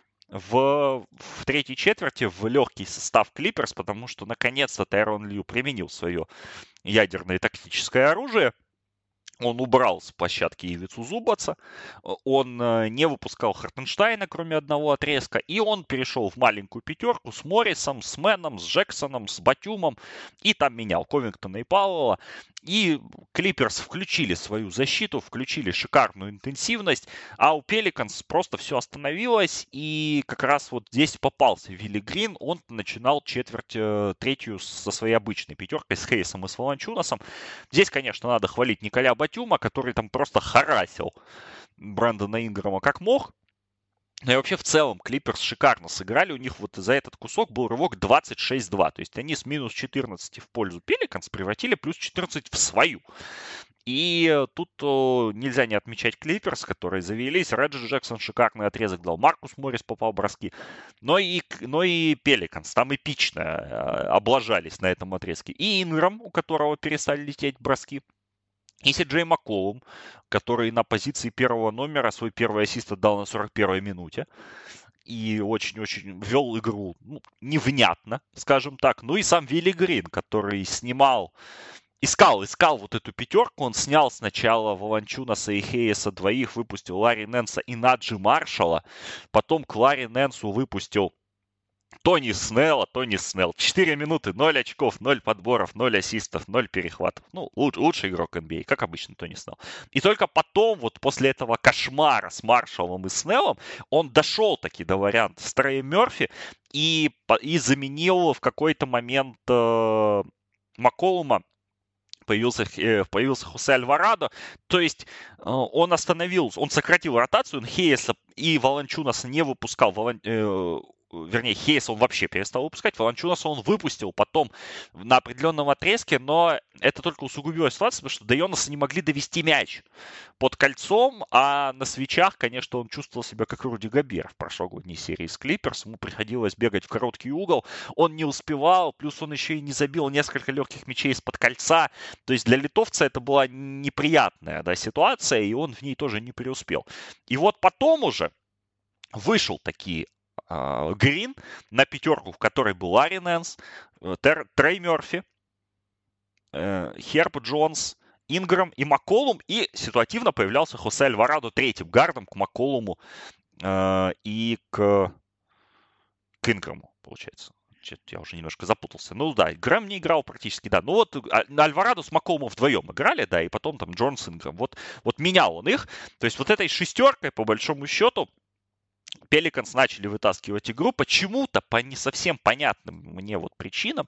в третьей четверти в легкий состав Клиперс, потому что, наконец-то, Тайрон Лью применил свое ядерное тактическое оружие. Он убрал с площадки Ивицу Зубаца, он не выпускал Хартенштайна, кроме одного отрезка, и он перешел в маленькую пятерку с Моррисом, с Мэном, с Джексоном, с Батюмом, и там менял Ковингтона и Пауэлла. И Клиперс включили свою защиту, включили шикарную интенсивность, а у Пеликанс просто все остановилось, и как раз вот здесь попался Вилли Грин, он начинал четверть третью со своей обычной пятеркой, с Хейсом и с Воланчунасом. Здесь, конечно, надо хвалить Николя Батюма, который там просто харасил Брэндона Инграма как мог. Ну и вообще в целом Клиперс шикарно сыграли. У них вот за этот кусок был рывок 26-2. То есть они с минус 14 в пользу Пеликанс превратили плюс 14 в свою. И тут нельзя не отмечать Клиперс, которые завелись. Реджи Джексон шикарный отрезок дал. Маркус Моррис попал в броски. Но и Пеликанс там эпично облажались на этом отрезке. И Инграм, у которого перестали лететь броски. И Си-Джей Макколум, который на позиции первого номера свой первый ассист отдал на 41-й минуте. И очень-очень вел игру невнятно, скажем так. Ну и сам Вилли Грин, который искал вот эту пятерку. Он снял сначала Воланчунаса и Хейеса двоих, выпустил Ларри Нэнса и Наджи Маршалла. Потом к Ларри Нэнсу выпустил Тони Снелл. 4 минуты, 0 очков, 0 подборов, 0 ассистов, 0 перехватов. Ну, лучший игрок NBA, как обычно Тони Снелл. И только потом, вот после этого кошмара с Маршаллом и Снеллом, он дошел таки до варианта с Треем Мерфи и заменил в какой-то момент Макколума. Появился Хосе Альварадо, то есть он сократил ротацию, он Хейеса и Воланчунаса не выпускал. вернее, Хейса он вообще перестал выпускать, Валанчунаса он выпустил потом на определенном отрезке, но это только усугубило ситуацию, потому что до Йонаса не могли довести мяч под кольцом, а на свечах, конечно, он чувствовал себя как Руди Гобер в прошлогодней серии с Клиперс, ему приходилось бегать в короткий угол, он не успевал, плюс он еще и не забил несколько легких мячей из-под кольца, то есть для литовца это была неприятная, да, ситуация, и он в ней тоже не преуспел. И вот потом уже вышел таки Грин на пятерку, в которой был Ларри Нэнс, Трей Мерфи, Херб Джонс, Инграм и Макколум, и ситуативно появлялся Хосе Альварадо третьим гардом к Макколуму и к Инграму, получается. Я уже немножко запутался. Ну да, Грэм не играл практически, да. Ну вот Альварадо с Макколумом вдвоем играли, да, и потом там Джонс, Инграм. Вот менял он их. То есть вот этой шестеркой, по большому счету, Пеликанс начали вытаскивать игру почему-то по не совсем понятным мне вот причинам.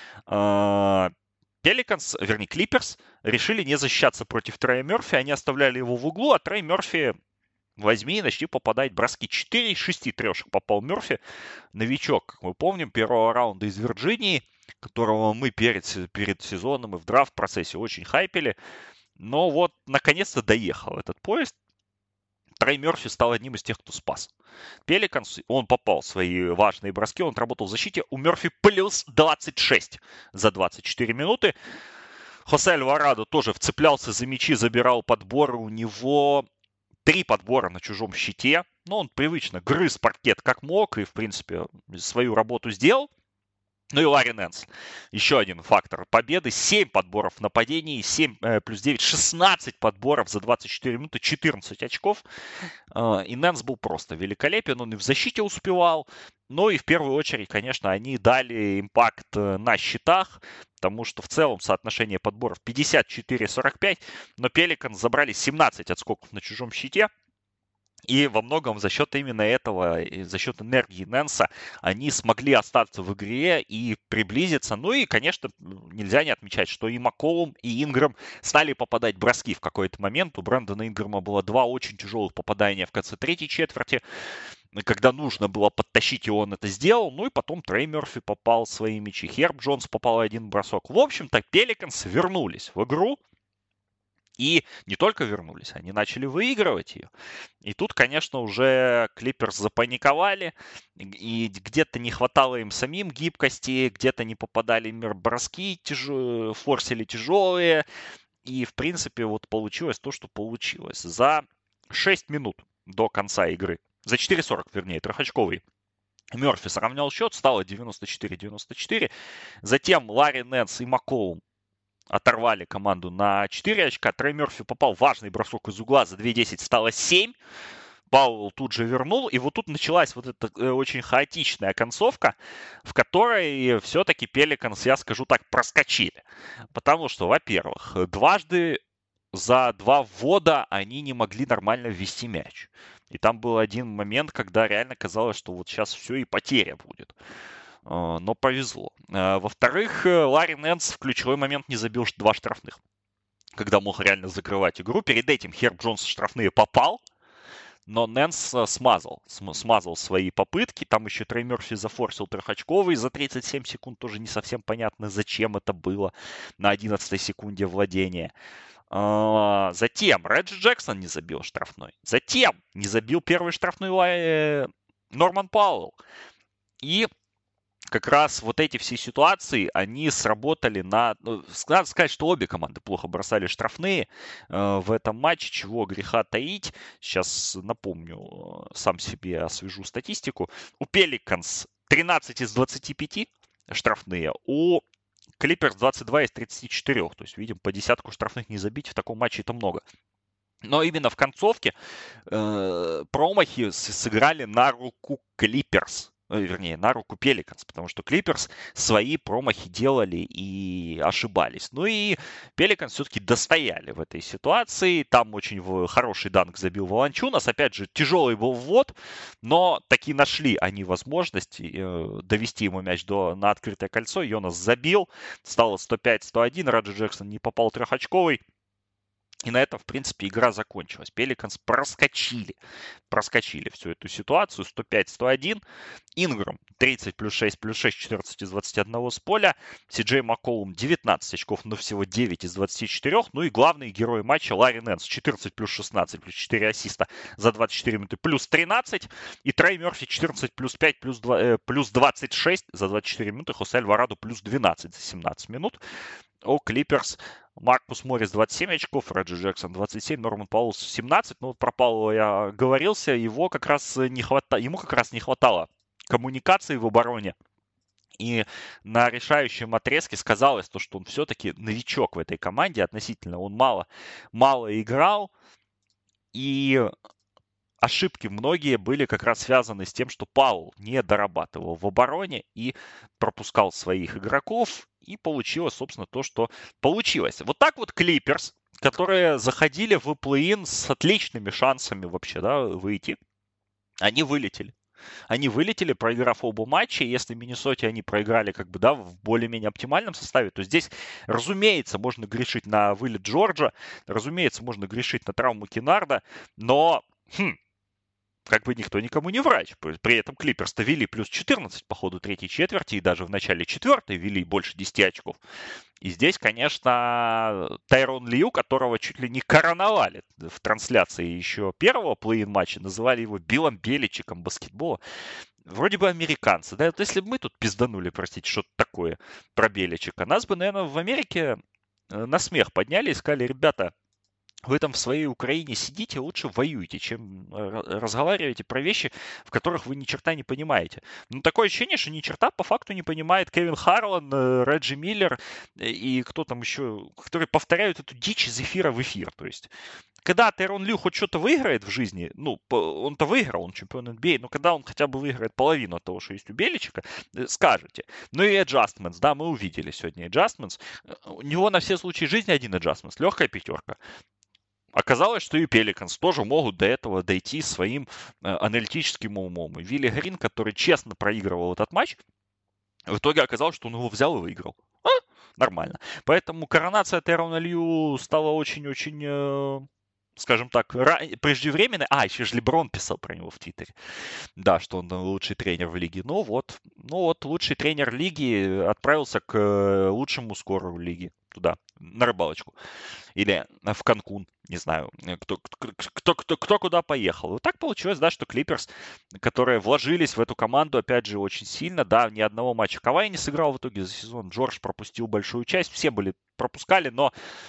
Пеликанс, вернее, Клиперс решили не защищаться против Трея Мерфи. Они оставляли его в углу, а Трей Мерфи возьми и начни попадать броски. 4 из 6 трешек попал Мерфи. Новичок, как мы помним, первого раунда из Вирджинии, которого мы перед сезоном и в драфт-процессе очень хайпели. Но вот, наконец-то доехал этот поезд. Трей Мерфи стал одним из тех, кто спас. Пеликанс, он попал в свои важные броски, он отработал в защите. У Мерфи плюс 26 за 24 минуты. Хосе Альварадо тоже вцеплялся за мячи, забирал подборы. У него 3 подбора на чужом щите. Но он привычно грыз паркет как мог и, в принципе, свою работу сделал. Ну и Ларри Нэнс. Еще один фактор победы. 7 подборов в нападении, 7 плюс 9, 16 подборов за 24 минуты, 14 очков. И Нэнс был просто великолепен. Он и в защите успевал. Но и в первую очередь, конечно, они дали импакт на счетах, потому что в целом соотношение подборов 54-45, но Пеликанс забрали 17 отскоков на чужом щите. И во многом за счет именно этого, за счет энергии Нэнса, они смогли остаться в игре и приблизиться. Ну и, конечно, нельзя не отмечать, что и Макколум, и Инграм стали попадать броски в какой-то момент. У Брэндона Инграма было 2 очень тяжелых попадания в конце третьей четверти, когда нужно было подтащить, и он это сделал. Ну и потом Трей Мерфи попал в свои мячи, Херб Джонс попал в один бросок. В общем-то, Пеликанс вернулись в игру. И не только вернулись, они начали выигрывать ее. И тут, конечно, уже Клиперс запаниковали. И где-то не хватало им самим гибкости, где-то не попадали броски, форсили тяжелые. И, в принципе, вот получилось то, что получилось. За 6 минут до конца игры, за 4:40, вернее, трехочковый, Мерфи сравнял счет, стало 94-94. Затем Ларри Нэнс и Макколум оторвали команду на 4 очка. Трей Мерфи попал в важный бросок из угла. За 2:10 стало 7. Пауэлл тут же вернул. И вот тут началась вот эта очень хаотичная концовка, в которой все-таки Пеликанс, я скажу так, проскочили. Потому что, во-первых, дважды за 2 ввода они не могли нормально ввести мяч. И там был один момент, когда реально казалось, что вот сейчас все и потеря будет. Но повезло. Во-вторых, Ларри Нэнс в ключевой момент не забил 2 штрафных, когда мог реально закрывать игру. Перед этим Херб Джонс штрафные попал, но Нэнс смазал свои попытки. Там еще Трей Мерфи зафорсил трехочковый за 37 секунд. Тоже не совсем понятно, зачем это было на 11 секунде владения. Затем Реджи Джексон не забил штрафной. Затем не забил первый штрафной Норман Пауэлл. И как раз вот эти все ситуации, они сработали на... Надо сказать, что обе команды плохо бросали штрафные в этом матче, чего греха таить. Сейчас напомню, сам себе освежу статистику. У Пеликанс 13 из 25 штрафные, у Клиперс 22 из 34. То есть, видим, по десятку штрафных не забить в таком матче это много. Но именно в концовке промахи сыграли на руку Клиперс. Вернее, на руку Пеликанс, потому что Клиперс свои промахи делали и ошибались. Ну и Пеликанс все-таки достояли в этой ситуации. Там очень хороший данк забил Валанчунас. Опять же, тяжелый был ввод, но таки нашли они возможность довести ему мяч на открытое кольцо. Йонас забил, стало 105-101. Раджи Джексон не попал трехочковый. И на этом, в принципе, игра закончилась. Пеликанс проскочили всю эту ситуацию. 105-101. Инграм 30 плюс 6 плюс 6, 14 из 21 с поля. Си-Джей Макколум 19 очков, но всего 9 из 24. Ну и главный герой матча Ларри Нэнс 14 плюс 16 плюс 4 ассиста за 24 минуты плюс 13. И Трей Мерфи 14 плюс 5 плюс 26 за 24 минуты. Хосе Альварадо плюс 12 за 17 минут. У Клиперс Маркус Моррис 27 очков, Реджи Джексон 27, Норман Паулс 17. Ну, вот про Пауэлла я говорился, ему как раз не хватало коммуникации в обороне. И на решающем отрезке сказалось то, что он все-таки новичок в этой команде относительно. Он мало играл, и ошибки многие были как раз связаны с тем, что Паул не дорабатывал в обороне и пропускал своих игроков, и получилось, собственно, то, что получилось. Вот так вот Клиперс, которые заходили в плей-ин с отличными шансами вообще, да, выйти, они вылетели. Они вылетели, проиграв оба матча. Если Миннесоте они проиграли как бы, да, в более-менее оптимальном составе, то здесь, разумеется, можно грешить на вылет Джорджа, разумеется, можно грешить на травму Кеннарда, но как бы никто никому не врач. При этом Клиперс-то вели плюс 14 по ходу третьей четверти, и даже в начале четвертой вели больше 10 очков. И здесь, конечно, Тайрон Лью, которого чуть ли не короновали в трансляции еще первого плей-ин матча, называли его Биллом Беличиком баскетбола. Вроде бы американцы, да, вот если бы мы тут пизданули, простите, что-то такое про Беличика, нас бы, наверное, в Америке на смех подняли и сказали: ребята, вы там в своей Украине сидите, лучше воюйте, чем разговариваете про вещи, в которых вы ни черта не понимаете. Ну, такое ощущение, что ни черта по факту не понимает Кевин Харлан, Реджи Миллер и кто там еще, которые повторяют эту дичь из эфира в эфир. То есть, когда Тайрон Лью хоть что-то выиграет в жизни, ну, он-то выиграл, он чемпион NBA, но когда он хотя бы выиграет половину от того, что есть у Беличика, скажете. Ну и adjustments, да, мы увидели сегодня adjustments. У него на все случаи жизни один adjustments, легкая пятерка. Оказалось, что и Пеликанс тоже могут до этого дойти своим аналитическим умом. И Вилли Грин, который честно проигрывал этот матч, в итоге оказалось, что он его взял и выиграл. Нормально. Поэтому коронация Тайрона Лью стала очень-очень, скажем так, преждевременной. Еще же Леброн писал про него в Твиттере. Да, что он лучший тренер в лиге. Ну вот, лучший тренер лиги отправился к лучшему скору лиги. Туда, на рыбалочку. Или в Канкун, не знаю, кто куда поехал. Вот так получилось, да, что Клиперс, которые вложились в эту команду, опять же, очень сильно, да, ни одного матча Кавай не сыграл в итоге за сезон, Джордж пропустил большую часть, все пропускали, но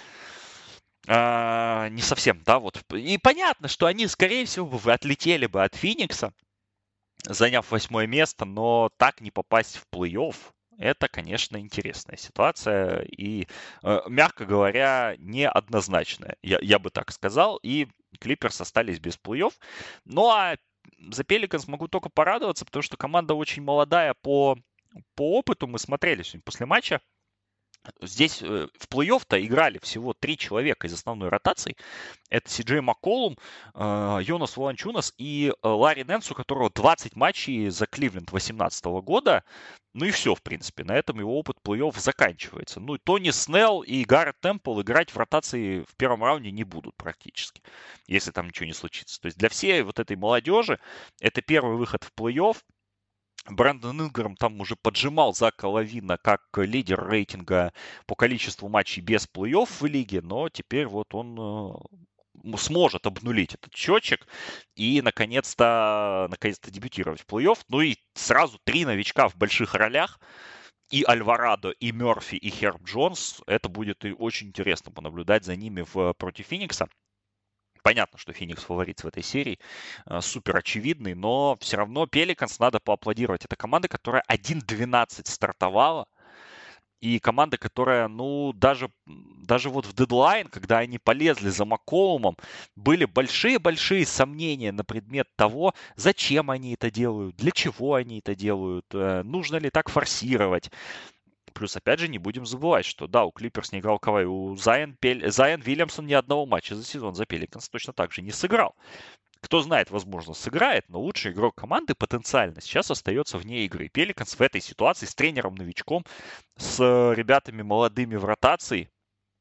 не совсем, да, вот. И понятно, что они, скорее всего, отлетели бы от Феникса, заняв 8 место, но так не попасть в плей-офф, это, конечно, интересная ситуация и, мягко говоря, неоднозначная, я бы так сказал. И Клиперс остались без плей-офф. Ну, а за Пеликанс могу только порадоваться, потому что команда очень молодая по опыту. Мы смотрели сегодня после матча. Здесь в плей-офф-то играли всего 3 человека из основной ротации. Это Си-Джей Макколум, Йонас Воланчунас и Ларри Нэнс, у которого 20 матчей за Кливленд 2018 года. Ну и все, в принципе. На этом его опыт плей-офф заканчивается. Ну и Тони Снелл и Гаррет Темпл играть в ротации в первом раунде не будут практически, если там ничего не случится. То есть для всей вот этой молодежи это первый выход в плей-офф. Брэндон Инграм там уже поджимал Зака Лавина как лидер рейтинга по количеству матчей без плей-офф в лиге, но теперь вот он сможет обнулить этот счетчик и наконец-то дебютировать в плей-офф. Ну и сразу 3 новичка в больших ролях. И Альварадо, и Мерфи, и Херб Джонс. Это будет и очень интересно понаблюдать за ними против Феникса. Понятно, что Феникс фаворит в этой серии, супер очевидный, но все равно Пеликанс надо поаплодировать. Это команда, которая 1-12 стартовала, и команда, которая, ну, даже вот в дедлайн, когда они полезли за Макколумом, были большие-большие сомнения на предмет того, зачем они это делают, для чего они это делают, нужно ли так форсировать. Плюс, опять же, не будем забывать, что да, у Клиперс не играл Кавай, у Зайон Вильямсон ни одного матча за сезон за Пеликанс точно так же не сыграл. Кто знает, возможно, сыграет, но лучший игрок команды потенциально сейчас остается вне игры. Пеликанс в этой ситуации с тренером-новичком, с ребятами молодыми в ротации,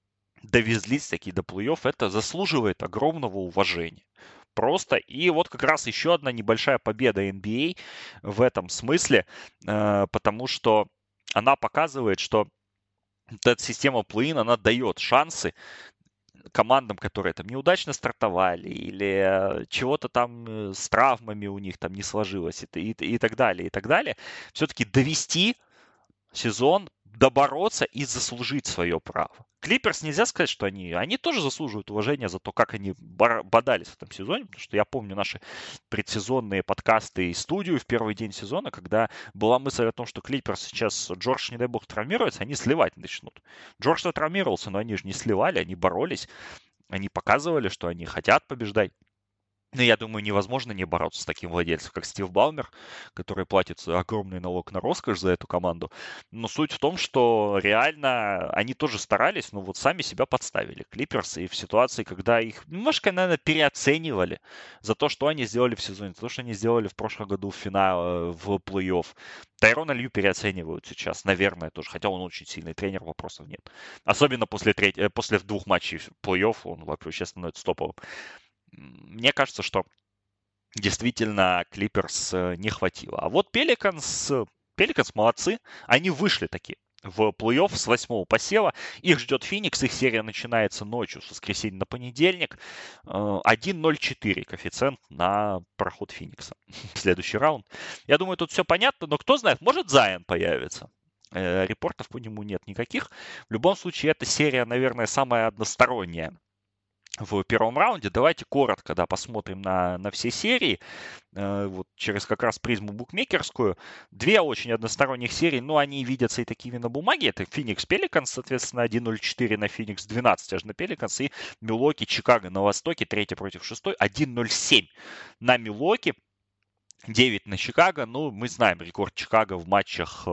довезлись таки до плей-офф, это заслуживает огромного уважения. Просто. И вот как раз еще одна небольшая победа NBA в этом смысле, потому что она показывает, что вот эта система плей-ин, она дает шансы командам, которые там неудачно стартовали или чего-то там с травмами у них там не сложилось и так далее, и так далее, все-таки довести сезон, добороться и заслужить свое право. Клиперс нельзя сказать, что они тоже заслуживают уважения за то, как они бодались в этом сезоне, потому что я помню наши предсезонные подкасты и студию в первый день сезона, когда была мысль о том, что Клиперс сейчас, Джордж, не дай бог, травмируется, они сливать начнут. Джордж-то травмировался, но они же не сливали, они боролись, они показывали, что они хотят побеждать. Ну, я думаю, невозможно не бороться с таким владельцем, как Стив Балмер, который платит огромный налог на роскошь за эту команду. Но суть в том, что реально они тоже старались, но вот сами себя подставили. Клиперс и в ситуации, когда их немножко, наверное, переоценивали за то, что они сделали в сезоне, за то, что они сделали в прошлом году в финале, в плей-офф. Тайрона Лью переоценивают сейчас, наверное, тоже, хотя он очень сильный тренер, вопросов нет. Особенно после двух матчей плей-офф он вообще становится топовым. Мне кажется, что действительно Клиперс не хватило. А вот Пеликанс молодцы. Они вышли таки в плей-офф с 8-го посева. Их ждет Феникс. Их серия начинается ночью с воскресенья на понедельник. 1.04 коэффициент на проход Феникса в следующий раунд. Я думаю, тут все понятно. Но кто знает, может Зайон появится. Репортов по нему нет никаких. В любом случае, эта серия, наверное, самая односторонняя в первом раунде. Давайте коротко, посмотрим на все серии, вот через как раз призму букмекерскую. Две очень односторонних серии, но они видятся и такими на бумаге. Это Феникс Пеликанс, соответственно, 1.04 на Феникс, 12 аж на Пеликанс, и Милуоки Чикаго на востоке, 3 против 6, 1.07 на Милуоки, 9 на Чикаго. Ну, мы знаем рекорд Чикаго в матчах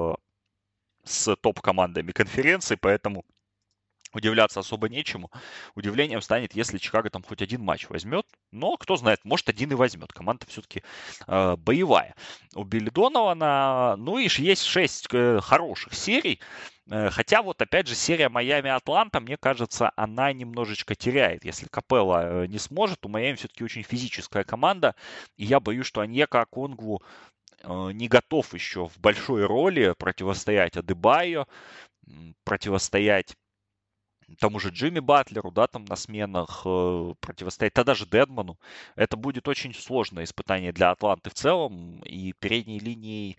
с топ-командами конференции, поэтому удивляться особо нечему. Удивлением станет, если Чикаго там хоть один матч возьмет. Но, кто знает, может, один и возьмет. Команда все-таки боевая. У Билли Донована, ну и есть 6 хороших серий. Хотя вот опять же серия Майами-Атланта, мне кажется, она немножечко теряет. Если Капелла не сможет, у Майами все-таки очень физическая команда. И я боюсь, что Оньека Оконгву не готов еще в большой роли противостоять Адебайо, противостоять тому же Джимми Батлеру, там на сменах противостоять, даже Дедману. Это будет очень сложное испытание для Атланты в целом. И передней линией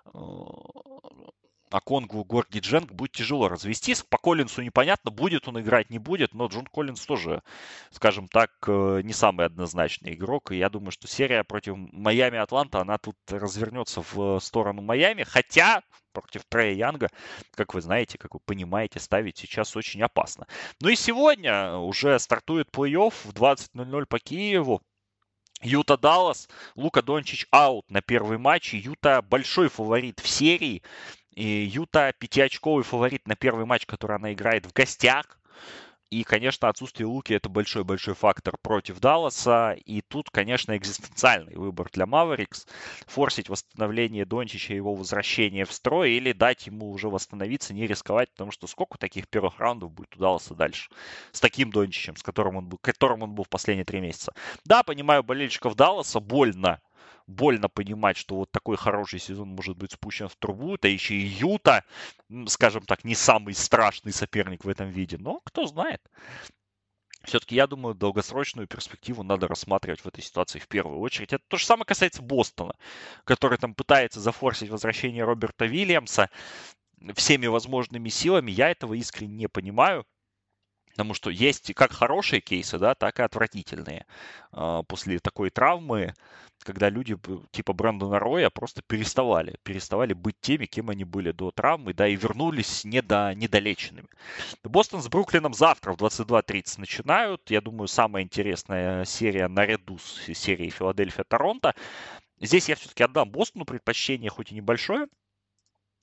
Оконгву, Горги, Дженк будет тяжело развестись. По Коллинсу непонятно, будет он играть, не будет, но Джон Коллинс тоже, скажем так, не самый однозначный игрок. И я думаю, что серия против Майами-Атланта, она тут развернется в сторону Майами. Хотя против Трея Янга, как вы знаете, как вы понимаете, ставить сейчас очень опасно. Ну и сегодня уже стартует плей-офф в 20:00 по Киеву. Юта Даллас, Лука Дончич аут на первый матч. Юта большой фаворит в серии. И Юта 5-очковый фаворит на первый матч, который она играет в гостях. И, конечно, отсутствие Луки – это большой-большой фактор против Далласа. И тут, конечно, экзистенциальный выбор для Маверикс. Форсить восстановление Дончича и его возвращение в строй или дать ему уже восстановиться, не рисковать, потому что сколько таких первых раундов будет у Далласа дальше? С таким Дончичем, которым он был в последние 3 месяца. Да, понимаю, болельщиков Далласа больно понимать, что вот такой хороший сезон может быть спущен в трубу. Это еще и Юта, скажем так, не самый страшный соперник в этом виде. Но кто знает. Все-таки, я думаю, долгосрочную перспективу надо рассматривать в этой ситуации в первую очередь. Это то же самое касается Бостона, который там пытается зафорсить возвращение Роберта Вильямса всеми возможными силами. Я этого искренне не понимаю. Потому что есть как хорошие кейсы, так и отвратительные. После такой травмы, когда люди типа Брэндона Роя просто переставали быть теми, кем они были до травмы, и вернулись недолеченными. Бостон с Бруклином завтра в 22:30 начинают. Я думаю, самая интересная серия наряду с серией Филадельфия-Торонто. Здесь я все-таки отдам Бостону предпочтение, хоть и небольшое.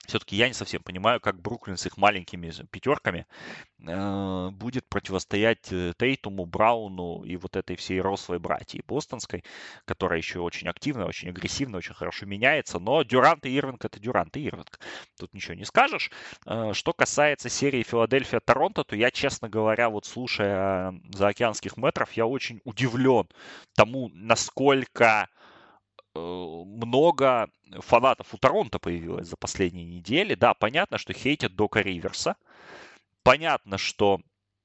Все-таки я не совсем понимаю, как Бруклин с их маленькими пятерками будет противостоять Тейтуму, Брауну и вот этой всей рослой братьи бостонской, которая еще очень активная, очень агрессивная, очень хорошо меняется. Но Дюрант и Ирвинг — это Дюрант и Ирвинг. Тут ничего не скажешь. Что касается серии Филадельфия-Торонто, то я, честно говоря, вот слушая заокеанских метров, я очень удивлен тому, насколько много фанатов у Торонто появилось за последние недели. Да, понятно, что хейтят Дока Риверса. Понятно, что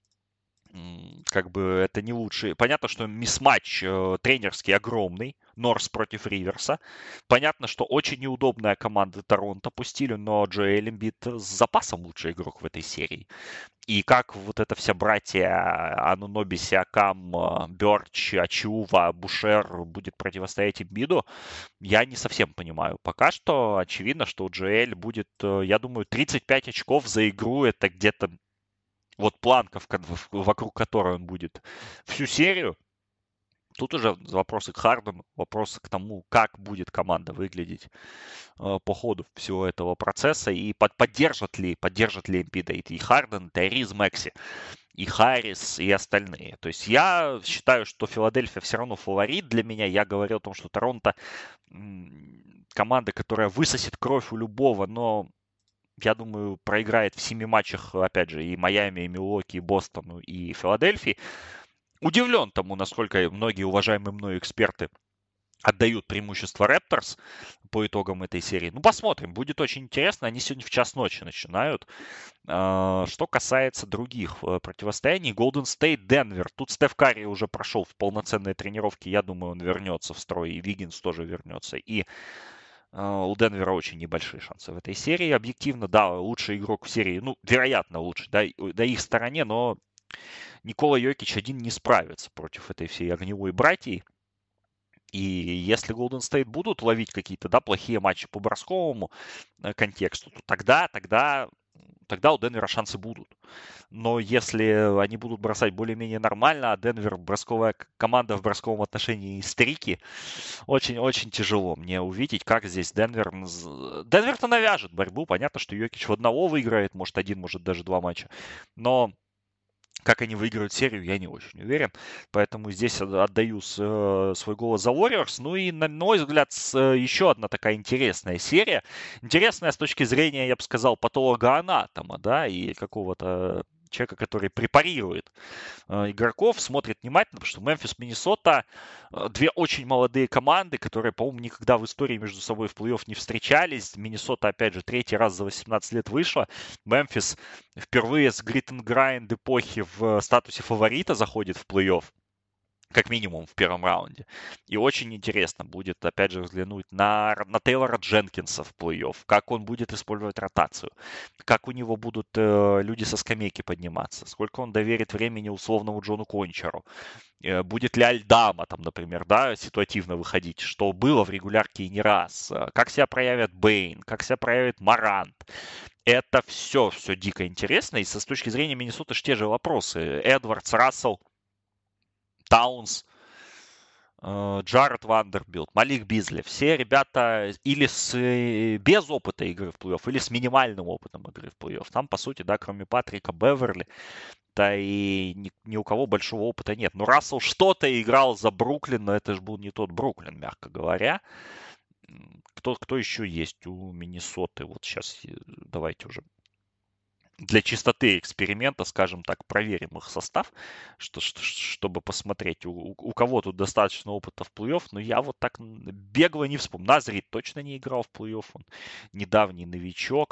как бы это не лучший. Понятно, что мисс-матч тренерский огромный. Норс против Риверса. Понятно, что очень неудобная команда Торонто пустили, но Джоэль Эмбит с запасом лучший игрок в этой серии. И как вот эта вся братья Ануноби, Сиакам, Бёрч, Ачиува, Бушер будет противостоять Эмбиду, я не совсем понимаю. Пока что очевидно, что у Джоэль будет, я думаю, 35 очков за игру. Это где-то вот планка, вокруг которой он будет всю серию. Тут уже вопросы к Хардену, вопросы к тому, как будет команда выглядеть по ходу всего этого процесса и поддержат ли Эмбида и Харден, Тайриз Мэкси, и Харрис, и остальные. То есть я считаю, что Филадельфия все равно фаворит для меня. Я говорил о том, что Торонто команда, которая высосет кровь у любого, но я думаю, проиграет в 7 матчах, опять же, и Майами, и Милуоки, и Бостону, и Филадельфии. Удивлен тому, насколько многие уважаемые мной эксперты отдают преимущество Рапторс по итогам этой серии. Ну, посмотрим. Будет очень интересно. Они сегодня в час ночи начинают. Что касается других противостояний, Golden State, Денвер. Тут Стеф Карри уже прошел в полноценные тренировки. Я думаю, он вернется в строй. И Виггинс тоже вернется. И у Денвера очень небольшие шансы в этой серии. Объективно, да, лучший игрок в серии, ну, вероятно, лучше, да, на их стороне, но Никола Йокич один не справится против этой всей огневой братьи. И если Golden State будут ловить какие-то, да, плохие матчи по бросковому контексту, то тогда у Денвера шансы будут. Но если они будут бросать более-менее нормально, а Денвер бросковая команда в бросковом отношении стрики, очень-очень тяжело мне увидеть, как здесь Денвер... Денвер-то навяжет борьбу. Понятно, что Йокич в одного выиграет, может один, может даже два матча. Но как они выиграют серию, я не очень уверен. Поэтому здесь отдаю свой голос за Warriors. Ну и, на мой взгляд, еще одна такая интересная серия. Интересная с точки зрения, я бы сказал, патологоанатома, да, и какого-то человека, который препарирует игроков, смотрит внимательно, потому что Мемфис, Миннесота, две очень молодые команды, которые, по-моему, никогда в истории между собой в плей-офф не встречались. Миннесота, опять же, третий раз за 18 лет вышла. Мемфис впервые с grit and grind эпохи в статусе фаворита заходит в плей-офф. Как минимум в первом раунде. И очень интересно будет, опять же, взглянуть на Тейлора Дженкинса в плей-офф, как он будет использовать ротацию, как у него будут люди со скамейки подниматься, сколько он доверит времени условному Джону Кончеру, будет ли Альдама, там, например, да, ситуативно выходить, что было в регулярке и не раз, как себя проявит Бэйн, как себя проявит Морант. Это все дико интересно, и с точки зрения Миннесоты те же вопросы. Эдвардс, Рассел, Таунс, Джаред Вандербилт, Малик Бизли. Все ребята или без опыта игры в плей-офф, или с минимальным опытом игры в плей-офф. Там, по сути, да, кроме Патрика Беверли, да и ни у кого большого опыта нет. Но Рассел что-то играл за Бруклин, но это же был не тот Бруклин, мягко говоря. Кто еще есть у Миннесоты? Вот сейчас давайте уже для чистоты эксперимента, скажем так, проверим их состав, чтобы посмотреть, у кого тут достаточно опыта в плей-офф. Но я вот так бегло не вспомню. Назрит точно не играл в плей-офф, он недавний новичок.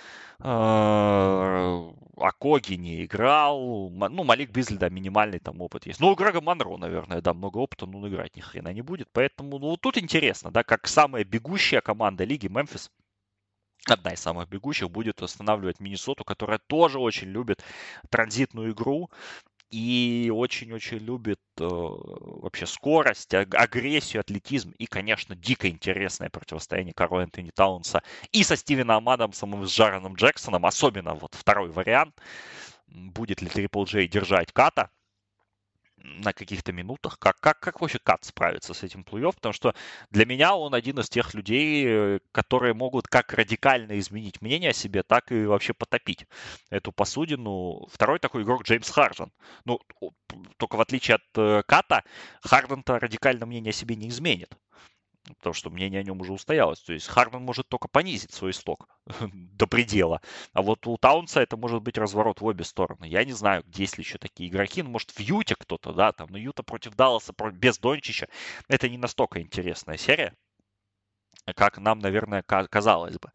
Акоги не играл. Ну, Малик Бизли, да, минимальный там опыт есть. Ну, у Грега Монро, наверное, да, много опыта, но он играть ни хрена не будет. Поэтому, ну, тут интересно, да, как самая бегущая команда лиги Мемфис, одна из самых бегущих, будет останавливать Миннесоту, которая тоже очень любит транзитную игру и очень-очень любит вообще скорость, агрессию, атлетизм и, конечно, дико интересное противостояние Карла Энтони Таунса и со Стивеном Адамсом и с Джареном Джексоном, особенно вот второй вариант. Будет ли Трипл Джей держать Ката? на каких-то минутах. Как вообще Кат справится с этим плей-офф? Потому что для меня он один из тех людей, которые могут как радикально изменить мнение о себе, так и вообще потопить эту посудину. Второй такой игрок Джеймс Харден. Ну, только в отличие от Ката, Харден-то радикально мнение о себе не изменит. Потому что мнение о нем уже устоялось. То есть Харден может только понизить свой сток до предела. А вот у Таунса это может быть разворот в обе стороны. Я не знаю, есть ли еще такие игроки. Ну, может, в Юте кто-то, да, там, но Юта против Далласа без Дончича. Это не настолько интересная серия, как нам, наверное, казалось бы.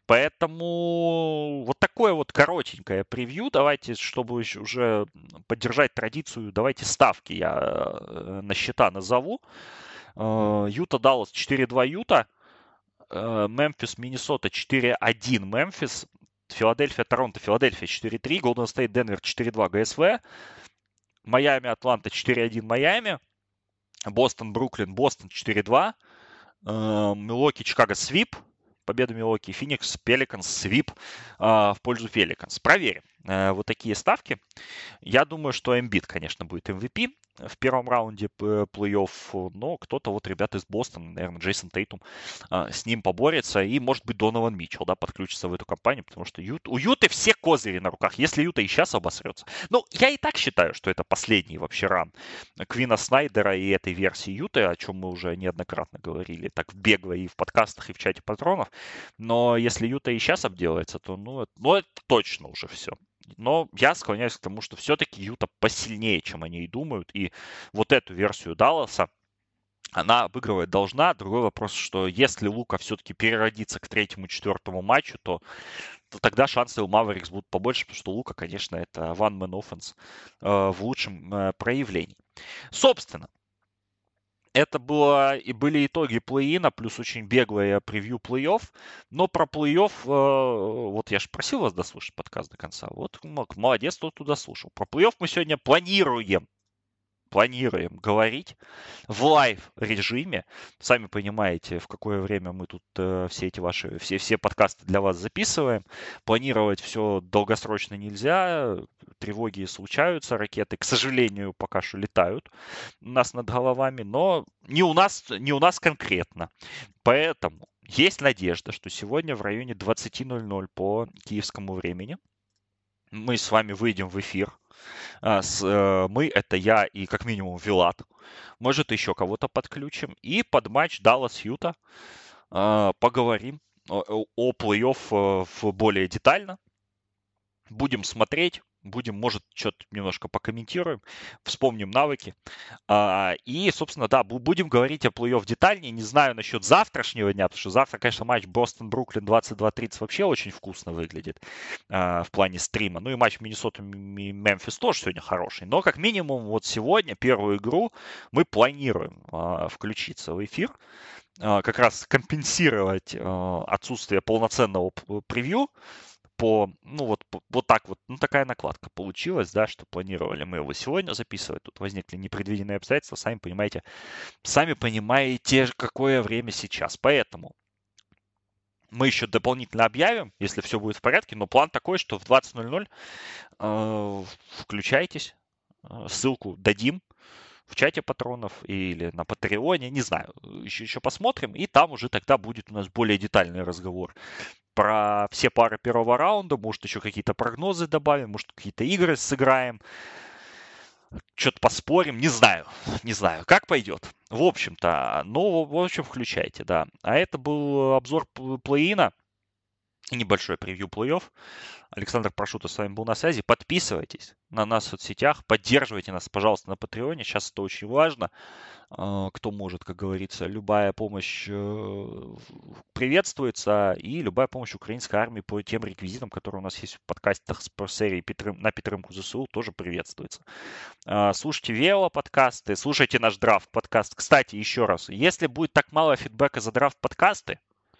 Поэтому вот такое вот коротенькое превью. Давайте, чтобы уже поддержать традицию, давайте ставки я на счета назову. Юта, Даллас 4-2 Юта. Мемфис, Миннесота 4-1 Мемфис. Филадельфия, Торонто, Филадельфия 4-3. Голден Стейт, Денвер 4-2 ГСВ. Майами, Атланта 4-1 Майами. Бостон, Бруклин, Бостон 4-2. Милуоки, Чикаго, свип. Победа Милуоки. Феникс, Пеликанс, свип в пользу Пеликанс. Проверим вот такие ставки. Я думаю, что Эмбит, конечно, будет MVP в первом раунде плей-офф, но кто-то, вот ребята из Бостона, наверное, Джейсон Тейтум, с ним поборется, и, может быть, Донован Митчелл, да, подключится в эту компанию, потому что у Юты все козыри на руках, если Юта и сейчас обосрется. Ну, я и так считаю, что это последний вообще ран Квина Снайдера и этой версии Юты, о чем мы уже неоднократно говорили, так бегло и в подкастах, и в чате патронов, но если Юта и сейчас обделается, то, это точно уже все. Но я склоняюсь к тому, что все-таки Юта посильнее, чем они и думают. И вот эту версию Далласа, она обыгрывать должна. Другой вопрос, что если Лука все-таки переродится к третьему-четвертому матчу, то тогда шансы у Маверикс будут побольше, потому что Лука, конечно, это one-man offense в лучшем проявлении. Собственно, это были итоги плей-ина, плюс очень беглое превью плей-офф. Но про плей-офф, вот я же просил вас дослушать подкаст до конца. Вот молодец, кто туда слушал. Про плей-офф мы сегодня планируем говорить в лайв-режиме. Сами понимаете, в какое время мы тут все эти ваши, все подкасты для вас записываем. Планировать все долгосрочно нельзя. Тревоги случаются, ракеты, к сожалению, пока что летают у нас над головами, но не у нас конкретно. Поэтому есть надежда, что сегодня в районе 20:00 по киевскому времени мы с вами выйдем в эфир. Мы — это я и как минимум Вилат. Может, еще кого-то подключим. И под матч Даллас-Юта поговорим о плей-офф более детально. Будем смотреть. Может, что-то немножко покомментируем, вспомним навыки. И, собственно, да, будем говорить о плей-офф детальнее. Не знаю насчет завтрашнего дня, потому что завтра, конечно, матч Бостон-Бруклин 22:30 вообще очень вкусно выглядит в плане стрима. Ну и матч Миннесота-Мемфис тоже сегодня хороший. Но, как минимум, вот сегодня, первую игру, мы планируем включиться в эфир. Как раз компенсировать отсутствие полноценного превью вот так вот, такая накладка получилась, да, что планировали мы его сегодня записывать, тут возникли непредвиденные обстоятельства, сами понимаете, какое время сейчас, поэтому мы еще дополнительно объявим, если все будет в порядке, но план такой, что в 20:00 включайтесь, ссылку дадим в чате патронов или на Патреоне, не знаю, еще посмотрим, и там уже тогда будет у нас более детальный разговор про все пары первого раунда, может, еще какие-то прогнозы добавим, может, какие-то игры сыграем, что-то поспорим, не знаю, как пойдет. В общем-то, включайте, да. А это был обзор плей-ина и небольшой превью плей-офф. Александр Прошута с вами был на связи. Подписывайтесь на нас в соцсетях, поддерживайте нас, пожалуйста, на Патреоне. Сейчас это очень важно. Кто может, как говорится, любая помощь приветствуется, и любая помощь украинской армии по тем реквизитам, которые у нас есть в подкастах по серии на підтримку ЗСУ, тоже приветствуется. Слушайте Веола подкасты, слушайте наш драфт подкаст. Кстати, еще раз, если будет так мало фидбэка за драфт подкасты,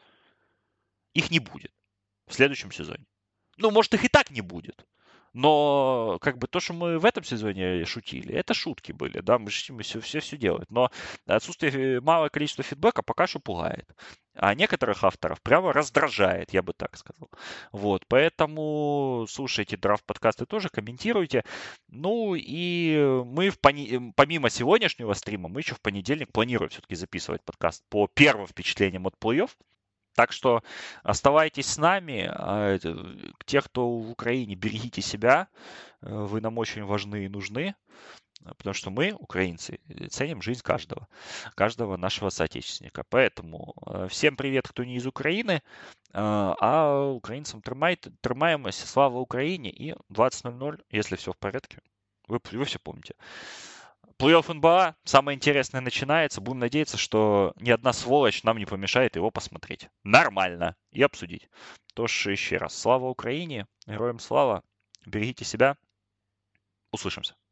их не будет в следующем сезоне. Ну, может, их и так не будет. Но как бы то, что мы в этом сезоне шутили, это шутки были, да, мы все делаем. Но отсутствие малое количество фидбэка пока что пугает. а некоторых авторов прямо раздражает, я бы так сказал. Вот, поэтому слушайте драфт-подкасты тоже, комментируйте. Ну и мы помимо сегодняшнего стрима, мы еще в понедельник планируем все-таки записывать подкаст по первым впечатлениям от плей-офф. Так что оставайтесь с нами. Те, кто в Украине, берегите себя. Вы нам очень важны и нужны. Потому что мы, украинцы, ценим жизнь каждого нашего соотечественника. Поэтому всем привет, кто не из Украины, а украинцам тримаемся, слава Украине, и 20:00, если все в порядке, вы все помните. Плей-офф НБА, самое интересное начинается. Будем надеяться, что ни одна сволочь нам не помешает его посмотреть. Нормально. И обсудить. Тож еще раз, слава Украине, героям слава, берегите себя, услышимся.